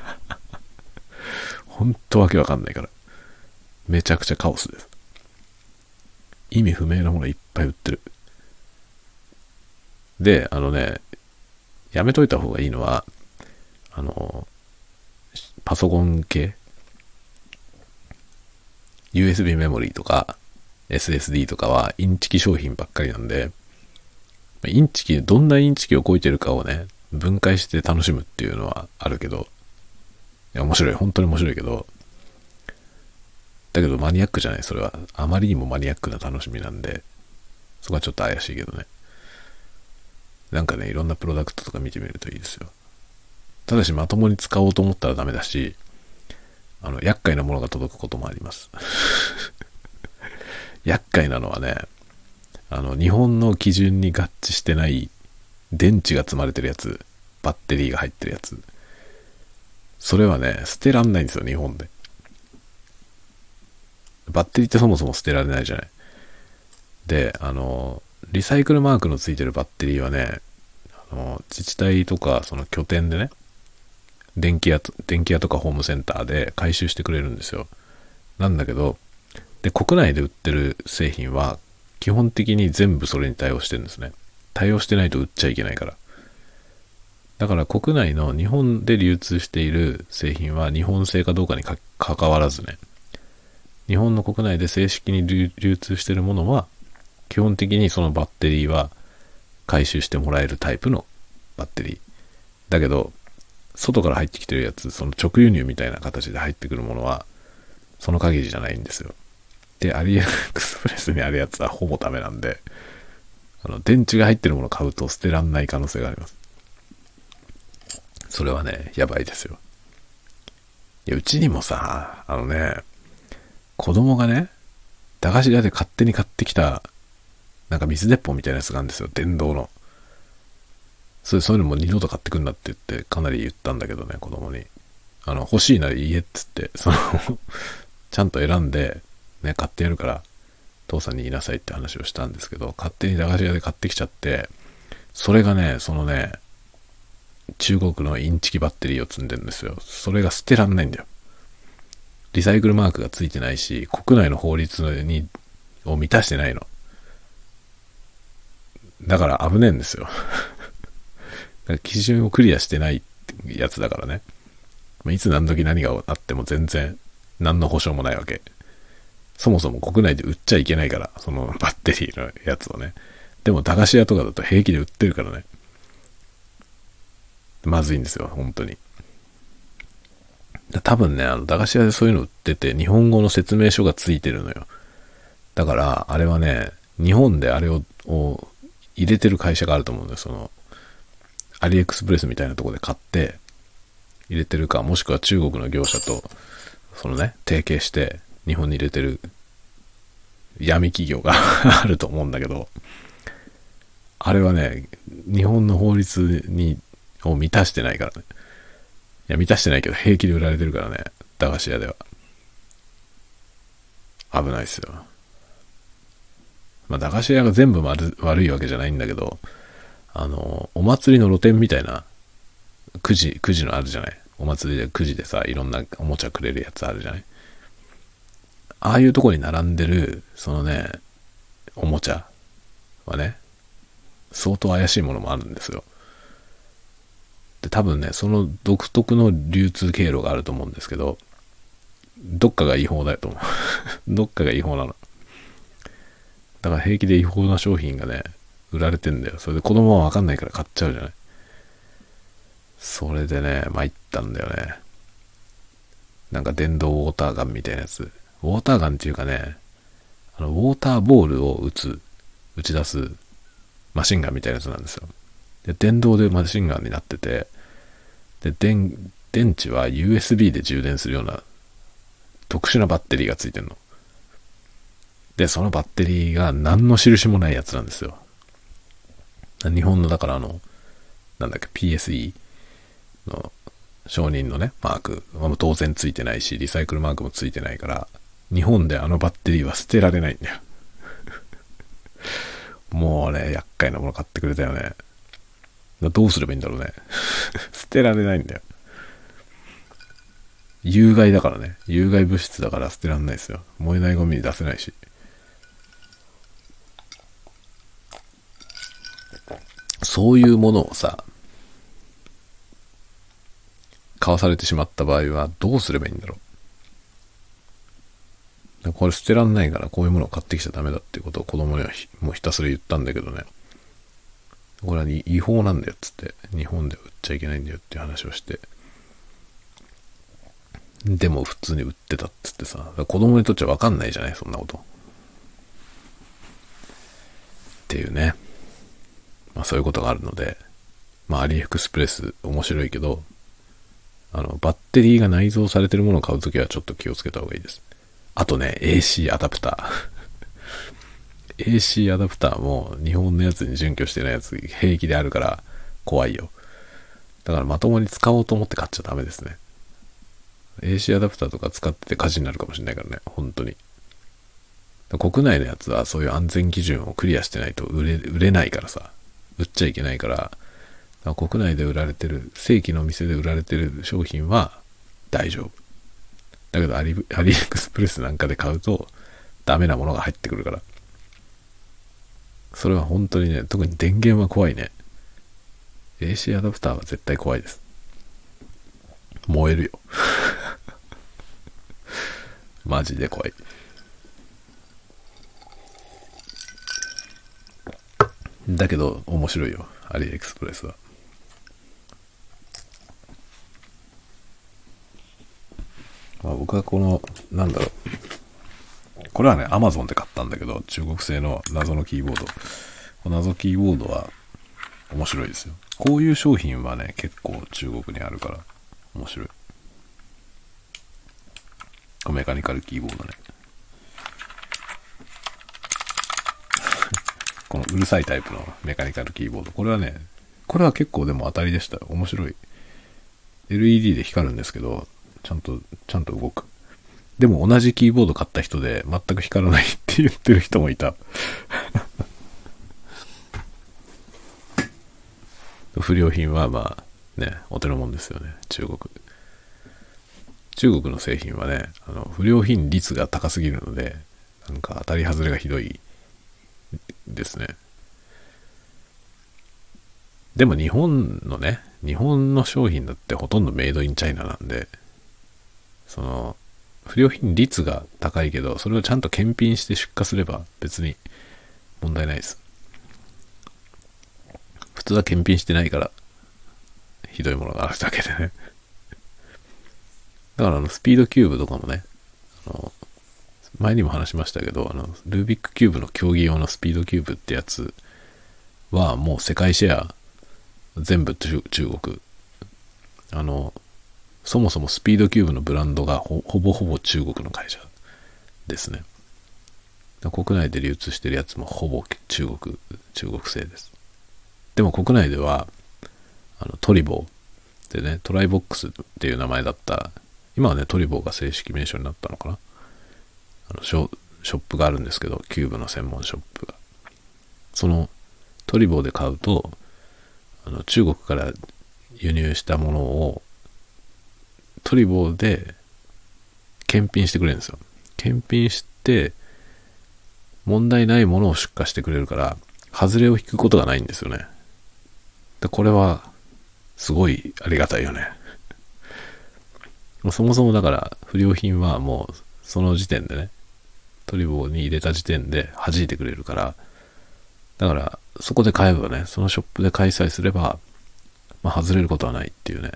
ほんとわけわかんないから。めちゃくちゃカオスです。意味不明なものいっぱい売ってる。で、やめといた方がいいのは、パソコン系 USB メモリーとか SSD とかはインチキ商品ばっかりなんで、どんなインチキを超えてるかをね、分解して楽しむっていうのはあるけど、いや面白い、本当に面白いけど、だけどマニアックじゃない、それは。あまりにもマニアックな楽しみなんで、そこはちょっと怪しいけどね。なんかね、いろんなプロダクトとか見てみるといいですよ。ただしまともに使おうと思ったらダメだし、厄介なものが届くこともあります。厄介なのはね、日本の基準に合致してない電池が積まれてるやつ、バッテリーが入ってるやつ。それはね、捨てらんないんですよ、日本で。バッテリーってそもそも捨てられないじゃない。で、リサイクルマークのついてるバッテリーはね、自治体とかその拠点でね、電気屋とかホームセンターで回収してくれるんですよ。なんだけど、で、国内で売ってる製品は基本的に全部それに対応してるんですね。対応してないと売っちゃいけないから。だから国内の日本で流通している製品は日本製かどうかに関わらずね、日本の国内で正式に流通しているものは基本的にそのバッテリーは回収してもらえるタイプのバッテリー。だけど、外から入ってきてるやつ、その直輸入みたいな形で入ってくるものはその限りじゃないんですよ。で、アリエクスプレスにあるやつはほぼダメなんで、電池が入ってるものを買うと捨てらんない可能性があります。それはね、やばいですよ。いや、うちにもさ、子供がね、駄菓子屋で勝手に買ってきた、なんか水鉄砲みたいなやつがあるんですよ、電動の。 そういうのも二度と買ってくんなって言ってかなり言ったんだけどね、子供に。欲しいなら言えっつって、ちゃんと選んで、ね、買ってやるから、父さんに言いなさいって話をしたんですけど、勝手に駄菓子屋で買ってきちゃって、それがね、中国のインチキバッテリーを積んでるんですよ。それが捨てらんないんだよ。リサイクルマークがついてないし、国内の法律を満たしてないの。だから危ねえんですよ。基準をクリアしてないやつだからね。いつ何時何があっても全然何の保証もないわけ。そもそも国内で売っちゃいけないから、そのバッテリーのやつをね。でも駄菓子屋とかだと平気で売ってるからね。まずいんですよ、本当に。多分ね、駄菓子屋でそういうの売ってて、日本語の説明書がついてるのよ。だから、あれはね、日本であれを入れてる会社があると思うんだよ。アリエクスプレスみたいなところで買って、入れてるか、もしくは中国の業者と、提携して、日本に入れてる闇企業があると思うんだけど、あれはね、日本の法律を満たしてないからね。いや、満たしてないけど平気で売られてるからね、駄菓子屋では。危ないですよ。まあ、駄菓子屋が全部悪いわけじゃないんだけど、お祭りの露店みたいな、くじのあるじゃない。お祭りでくじでさ、いろんなおもちゃくれるやつあるじゃない。ああいうとこに並んでる、おもちゃはね、相当怪しいものもあるんですよ。で、多分ね、その独特の流通経路があると思うんですけど、どっかが違法だよと思う。どっかが違法なの。だから平気で違法な商品がね、売られてんだよ。それで子供はわかんないから買っちゃうじゃない。それでね、参ったんだよね。なんか電動ウォーターガンみたいなやつ。ウォーターガンっていうかね、ウォーターボールを打ち出すマシンガンみたいなやつなんですよ。で、電動でマシンガンになってて、で、電池は USB で充電するような特殊なバッテリーがついてるの。で、そのバッテリーが何の印もないやつなんですよ。日本のだからPSE の承認のね、マークは当然ついてないし、リサイクルマークもついてないから、日本であのバッテリーは捨てられないんだよ。もうね、厄介なもの買ってくれたよね。どうすればいいんだろうね。捨てられないんだよ。有害だからね。有害物質だから捨てられないですよ。燃えないゴミに出せないし。そういうものをさ、買わされてしまった場合はどうすればいいんだろう。これ捨てらんないからこういうものを買ってきちゃダメだっていうことを子供にはもうひたすら言ったんだけどね。これは違法なんだよっつって、日本で売っちゃいけないんだよっていう話をして。でも普通に売ってたっつってさ、子供にとっちゃ分かんないじゃない、そんなこと。っていうね。まあそういうことがあるので、まあアリエクスプレス面白いけど、バッテリーが内蔵されてるものを買うときはちょっと気をつけた方がいいです。あとね、AC アダプター。AC アダプターも日本のやつに準拠してないやつ平気であるから怖いよ。だからまともに使おうと思って買っちゃダメですね。AC アダプターとか使ってて火事になるかもしれないからね、本当に。国内のやつはそういう安全基準をクリアしてないと売れないからさ、売っちゃいけないから、国内で売られてる、正規の店で売られてる商品は大丈夫。だけどアリエクスプレスなんかで買うとダメなものが入ってくるから。それは本当にね、特に電源は怖いね。AC アダプターは絶対怖いです。燃えるよ。マジで怖い。だけど面白いよ、アリエクスプレスは。まあ、僕はこのこれはね Amazon で買ったんだけど、中国製の謎のキーボード。この謎キーボードは面白いですよ。こういう商品はね結構中国にあるから面白い。メカニカルキーボードね。このうるさいタイプのメカニカルキーボード、これはねこれは結構でも当たりでした。面白い。LED で光るんですけど、ちゃんと動く。でも同じキーボード買った人で全く光らないって言ってる人もいた。不良品はまあね、お手のもんですよね、中国の製品はね、不良品率が高すぎるので、なんか当たり外れがひどいですね。でも日本の商品だってほとんどメイドインチャイナなんで、その不良品率が高いけど、それをちゃんと検品して出荷すれば別に問題ないです。普通は検品してないからひどいものがあるだけでね。だからスピードキューブとかもね、前にも話しましたけど、ルービックキューブの競技用のスピードキューブってやつはもう世界シェア全部中国。そもそもスピードキューブのブランドがほぼ中国の会社ですね。国内で流通してるやつもほぼ中国製です。でも国内ではトリボーでね、トライボックスっていう名前だった、今はねトリボーが正式名称になったのかな。ショップがあるんですけど、キューブの専門ショップが、そのトリボーで買うと中国から輸入したものをトリボーで検品してくれるんですよ。検品して問題ないものを出荷してくれるから、外れを引くことがないんですよね。でこれはすごいありがたいよね。そもそもだから不良品はもうその時点でね、トリボーに入れた時点で弾いてくれるから、だからそこで買えばね、そのショップで開催すれば、外れることはないっていうね。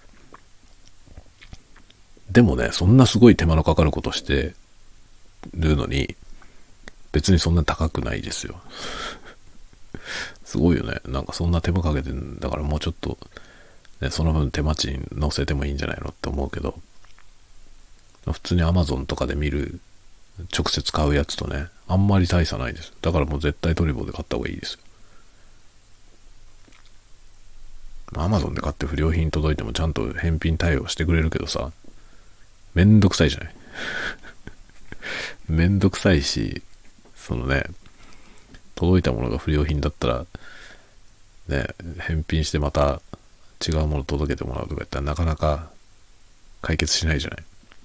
でもね、そんなすごい手間のかかることしてるのに、別にそんな高くないですよ。すごいよね。なんかそんな手間かけてんだから、もうちょっと、ね、その分手間賃乗せてもいいんじゃないのって思うけど、普通に Amazon とかで見る直接買うやつとね、あんまり大差ないです。だからもう絶対トリボーで買った方がいいですよ。Amazon で買って不良品届いてもちゃんと返品対応してくれるけどさ、めんどくさいじゃない。めんどくさいし、そのね、届いたものが不良品だったら、ね、返品してまた違うもの届けてもらうとかやったらなかなか解決しないじゃない。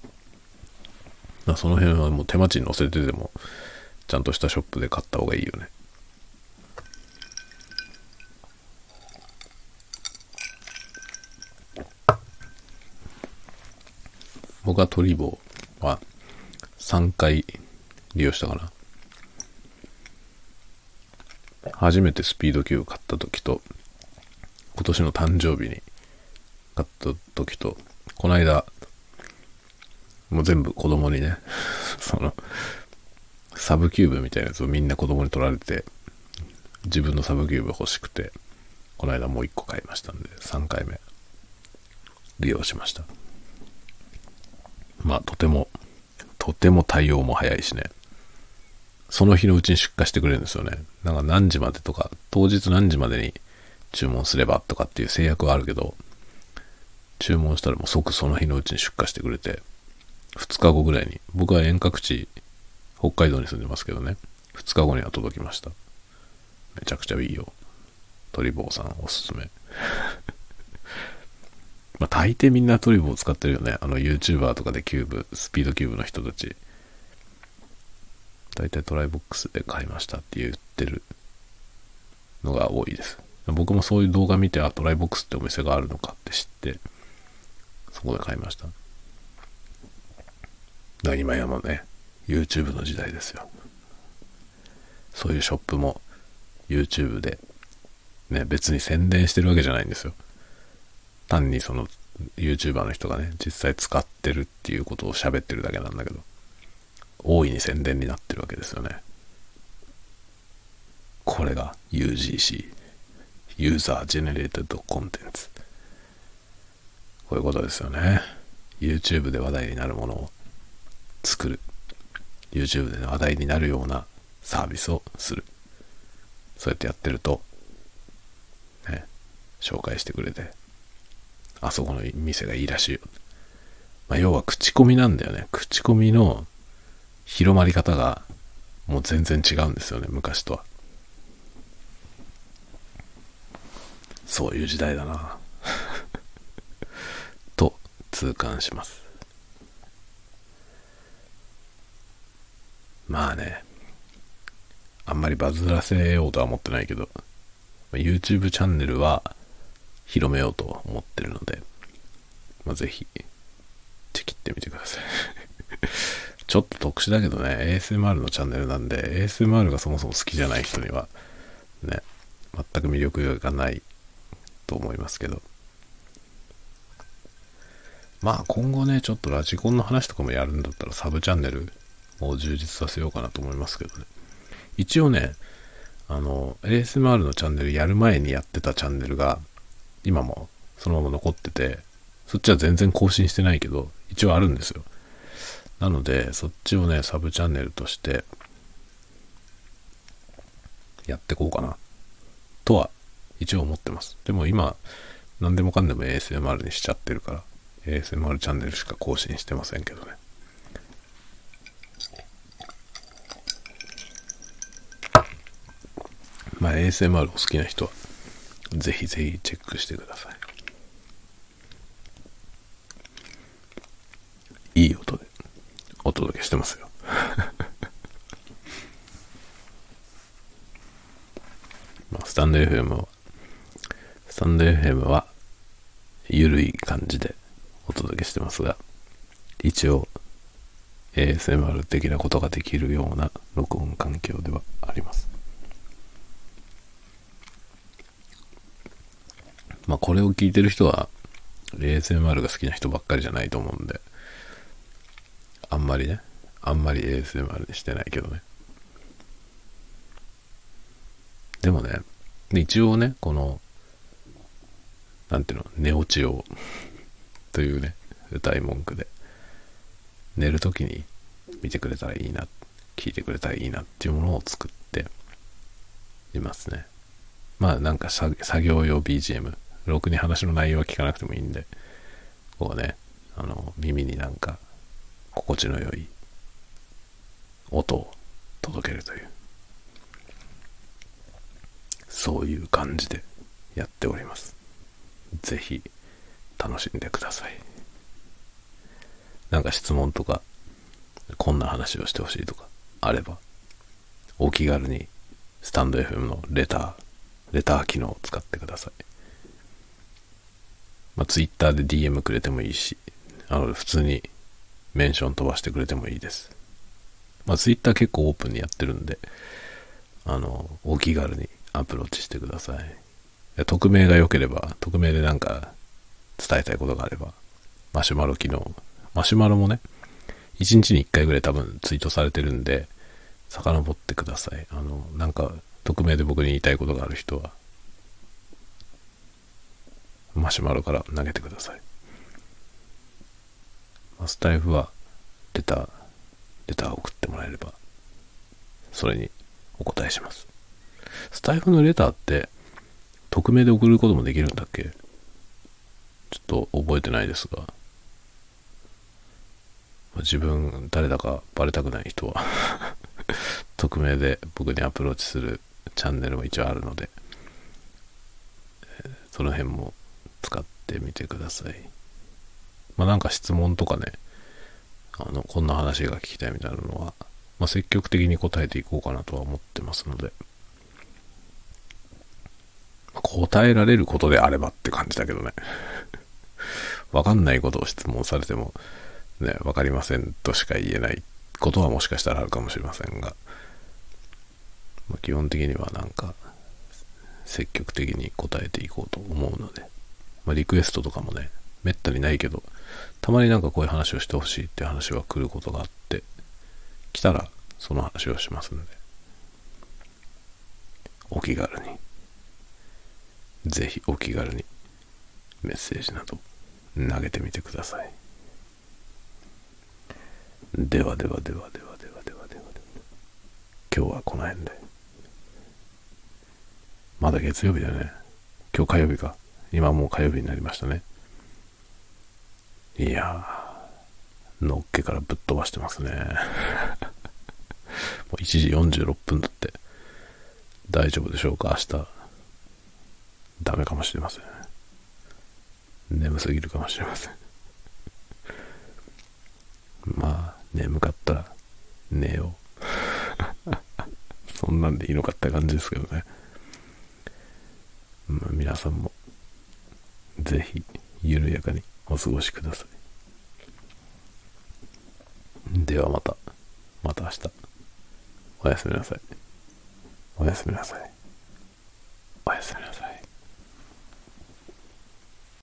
その辺はもう手間賃乗せてでもちゃんとしたショップで買った方がいいよね。僕はトリボーは3回利用したかな。初めてスピードキューブ買った時と、今年の誕生日に買った時と、この間もう全部子供にね、そのサブキューブみたいなやつをみんな子供に取られて、自分のサブキューブ欲しくて、この間もう1個買いましたんで、3回目利用しました。とても対応も早いしね、その日のうちに出荷してくれるんですよね。なんか何時までとか、当日何時までに注文すればとかっていう制約はあるけど、注文したらもう即その日のうちに出荷してくれて、2日後ぐらいに、僕は遠隔地北海道に住んでますけどね、2日後には届きました。めちゃくちゃいいよ。トリボーさんおすすめ。大抵みんなトリボー使ってるよね。YouTuber とかでスピードキューブの人たち。大体トライボックスで買いましたって言ってるのが多いです。僕もそういう動画見て、トライボックスってお店があるのかって知って、そこで買いました。だから今やもね、YouTube の時代ですよ。そういうショップも YouTube でね、別に宣伝してるわけじゃないんですよ。単にその YouTuber の人がね、実際使ってるっていうことを喋ってるだけなんだけど、大いに宣伝になってるわけですよね。これが UGC、ユーザージェネレーテッドコンテンツ。こういうことですよね。YouTube で話題になるものを作る。YouTube で話題になるようなサービスをする。そうやってやってると、ね、 紹介してくれて、あそこの店がいいらしいよ。要は口コミなんだよね。口コミの広まり方がもう全然違うんですよね、昔とは。そういう時代だなと痛感します。まあね、あんまりバズらせようとは思ってないけど、YouTube チャンネルは広めようと思ってるので、ぜひチェキってみてくださいちょっと特殊だけどね、 ASMR のチャンネルなんで ASMR がそもそも好きじゃない人にはね、全く魅力がないと思いますけど、今後ね、ちょっとラジコンの話とかもやるんだったらサブチャンネルを充実させようかなと思いますけどね。一応ね、ASMR のチャンネルやる前にやってたチャンネルが今もそのまま残ってて、そっちは全然更新してないけど一応あるんですよ。なのでそっちをね、サブチャンネルとしてやってこうかなとは一応思ってます。でも今何でもかんでも ASMR にしちゃってるから ASMR チャンネルしか更新してませんけどね。ASMR お好きな人はぜひぜひチェックしてください。いい音でお届けしてますよスタンド FM はゆるい感じでお届けしてますが、一応 ASMR 的なことができるような録音環境ではあります。これを聞いてる人は ASMR が好きな人ばっかりじゃないと思うんで、あんまり ASMR にしてないけどね。でもね、一応ね、このなんていうの、寝落ちをというね、歌い文句で寝るときに見てくれたらいいな、聞いてくれたらいいなっていうものを作っていますね。なんか作業用 BGM、ろくに話の内容は聞かなくてもいいんで、こうね、耳になんか心地の良い音を届けるという、そういう感じでやっております。ぜひ楽しんでください。なんか質問とかこんな話をしてほしいとかあれば、お気軽にスタンド FM のレター機能を使ってください。Twitter で DM くれてもいいし、普通にメンション飛ばしてくれてもいいです。Twitter 結構オープンにやってるんで、お気軽にアプローチしてください。匿名が良ければ、匿名でなんか伝えたいことがあれば、マシュマロもね、1日に1回ぐらい多分ツイートされてるんで、遡ってください。なんか匿名で僕に言いたいことがある人はマシュマロから投げてください。スタイフはレターを送ってもらえればそれにお答えします。スタイフのレターって匿名で送ることもできるんだっけ？ちょっと覚えてないですが、自分誰だかバレたくない人は匿名で僕にアプローチするチャンネルも一応あるので、その辺も使ってみてください。なんか質問とかね、こんな話が聞きたいみたいなのは、積極的に答えていこうかなとは思ってますので、答えられることであればって感じだけどねわかんないことを質問されてもね、わかりませんとしか言えないことはもしかしたらあるかもしれませんが、基本的にはなんか積極的に答えていこうと思うので、リクエストとかもね、めったにないけど、たまになんかこういう話をしてほしいって話は来ることがあって、来たらその話をしますので、お気軽に、ぜひお気軽にメッセージなど投げてみてください。では今日はこの辺で。まだ月曜日だよね。今日火曜日か。 今もう火曜日になりましたね。いやー、のっけからぶっ飛ばしてますね。もう1時46分だって。大丈夫でしょうか？明日ダメかもしれません。眠すぎるかもしれません。まあ眠かったら寝よう。そんなんでいいのかって感じですけどね。まあ、皆さんもぜひ緩やかにお過ごしください。ではまた明日。おやすみなさい。おやすみなさい。おやすみなさい。